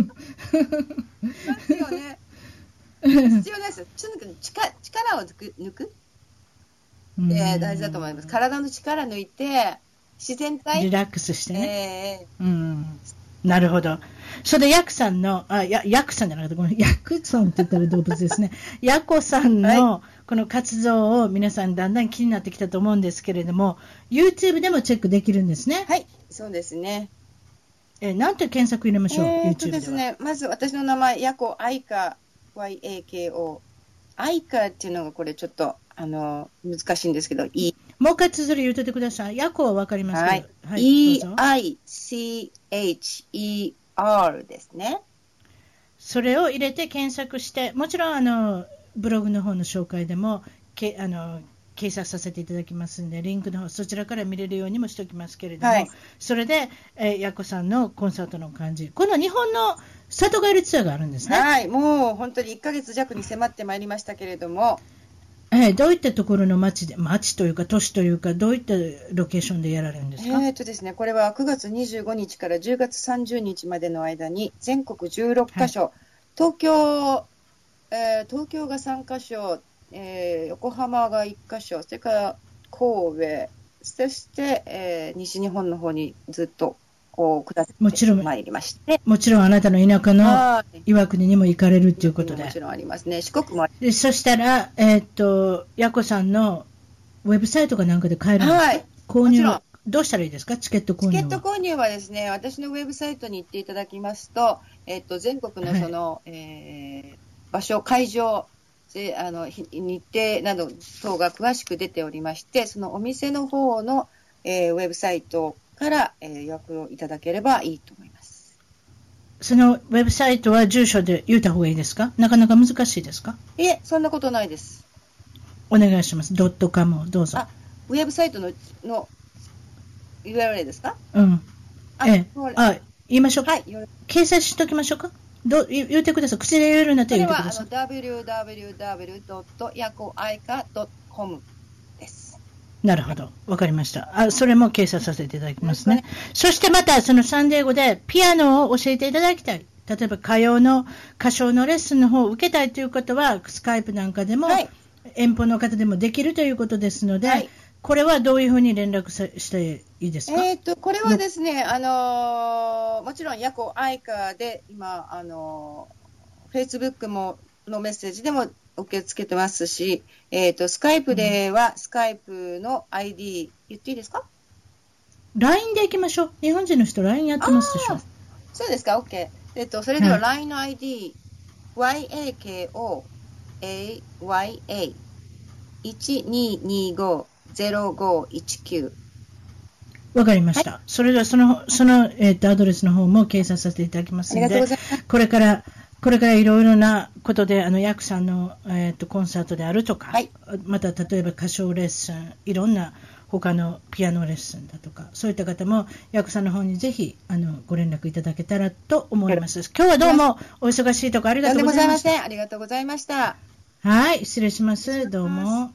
S2: ですよね。必要です。とにかく力力を抜くで大事だと思います。体の力抜いて自然体
S1: リラックスして
S2: ね。
S1: えー、うん。なるほど。それでヤクさんのあやヤクさんじゃなくてこのヤクさんって言ったら動物ですね。ヤコさんのこの活動を皆さんだんだん気になってきたと思うんですけれども、YouTube でもチェックできるんですね。
S2: はい、そうですね。
S1: えー、なんて検索入れましょう。
S2: えー、
S1: YouTube
S2: とですね、まず私の名前ヤコアイカ ワイエーケーオー アイカっていうのがこれちょっとあの難しいんですけど、い
S1: もう一回綴り言っててください。ヤコはわかりますけど、
S2: はいはい、イーアイシーエイチイーアール ですね。
S1: それを入れて検索して、もちろんあのブログの方の紹介でもけあの掲載させていただきますので、リンクの方そちらから見れるようにもしておきますけれども、はい、それで、えー、ヤコさんのコンサートの感じ、この日本の里帰りツアーがあるんですね。
S2: はい、もう本当にいっかげつ弱に迫ってまいりましたけれども、
S1: えー、どういったところの町で、町というか都市というか、どういったロケーションでやられるんですか？
S2: えーとですね、これはくがつにじゅうごにちからじゅうがつさんじゅうにちまでの間に全国じゅうろっかしょ、はい、東京、えー、東京がさんかしょ、えー、横浜がいっかしょ、それから神戸、そして、えー、西日本の方にずっとこう下ってまいりまして、
S1: もちろんあなたの田舎の岩国にも行かれるということで、
S2: もちろんありますね。四国もあります。
S1: でそしたら、えー、っとヤコさんのウェブサイトかなんかで買えるんですか？はい、購入どうしたらいいですか？チケット購入は。
S2: チケット購入はですね、私のウェブサイトに行っていただきますと、えー、っと全国のその、はい、えー、場所会場であの日程など等が詳しく出ておりまして、そのお店の方の、えー、ウェブサイトから、えー、予約をいただければいいと思います。
S1: そのウェブサイトは住所で言った方がいいですか？なかなか難しいですか？
S2: いえ、そんなことないです。
S1: お願いします。ドットカムをどうぞ。
S2: あ、ウェブサイトのの ユーアールエル ですか？
S1: うん。あ、ええ、あ、言いましょうか。
S2: はい。
S1: 掲載しておきましょうか。ど言ってください。口で言えるようになって言ってください。
S2: これはあの ダブリューダブリューダブリュードットヤコアイカドットコム です。
S1: なるほど。わかりました。あ、それも掲載させていただきますね。そしてまた、そのサンディエゴでピアノを教えていただきたい。例えば、歌謡の、歌唱のレッスンの方を受けたいということは、スカイプなんかでも、はい、遠方の方でもできるということですので、はい、これはどういうふうに連絡さしていいですか？
S2: えーと、これはですね、あのー、もちろん、ヤコアイカで、今、あのー、Facebook ものメッセージでも受け付けてますし、えーと、スカイプでは、うん、スカイプの アイディー、言っていいですか？
S1: ライン で行きましょう。日本人の人 ライン やってますでしょ。
S2: そうですか、OK。えっと、それでは ライン の アイディー、ワイエーケーオーエーワイエーいちにーにーごーゼロごーいちきゅ
S1: う。わかりました。はい、それではその、その、えーと、アドレスの方も掲載させていただきますので、
S2: ありがとうございます。
S1: これから、これからいろいろなことで、あの、ヤクさんの、えーと、コンサートであるとか、はい、また例えば歌唱レッスン、いろんな他のピアノレッスンだとか、そういった方もヤクさんの方にぜひあのご連絡いただけたらと思います。今日はどうもお忙しいところありがとうございました。
S2: とんでもございません。ありがとうございました。
S1: はい、失礼します。どうも。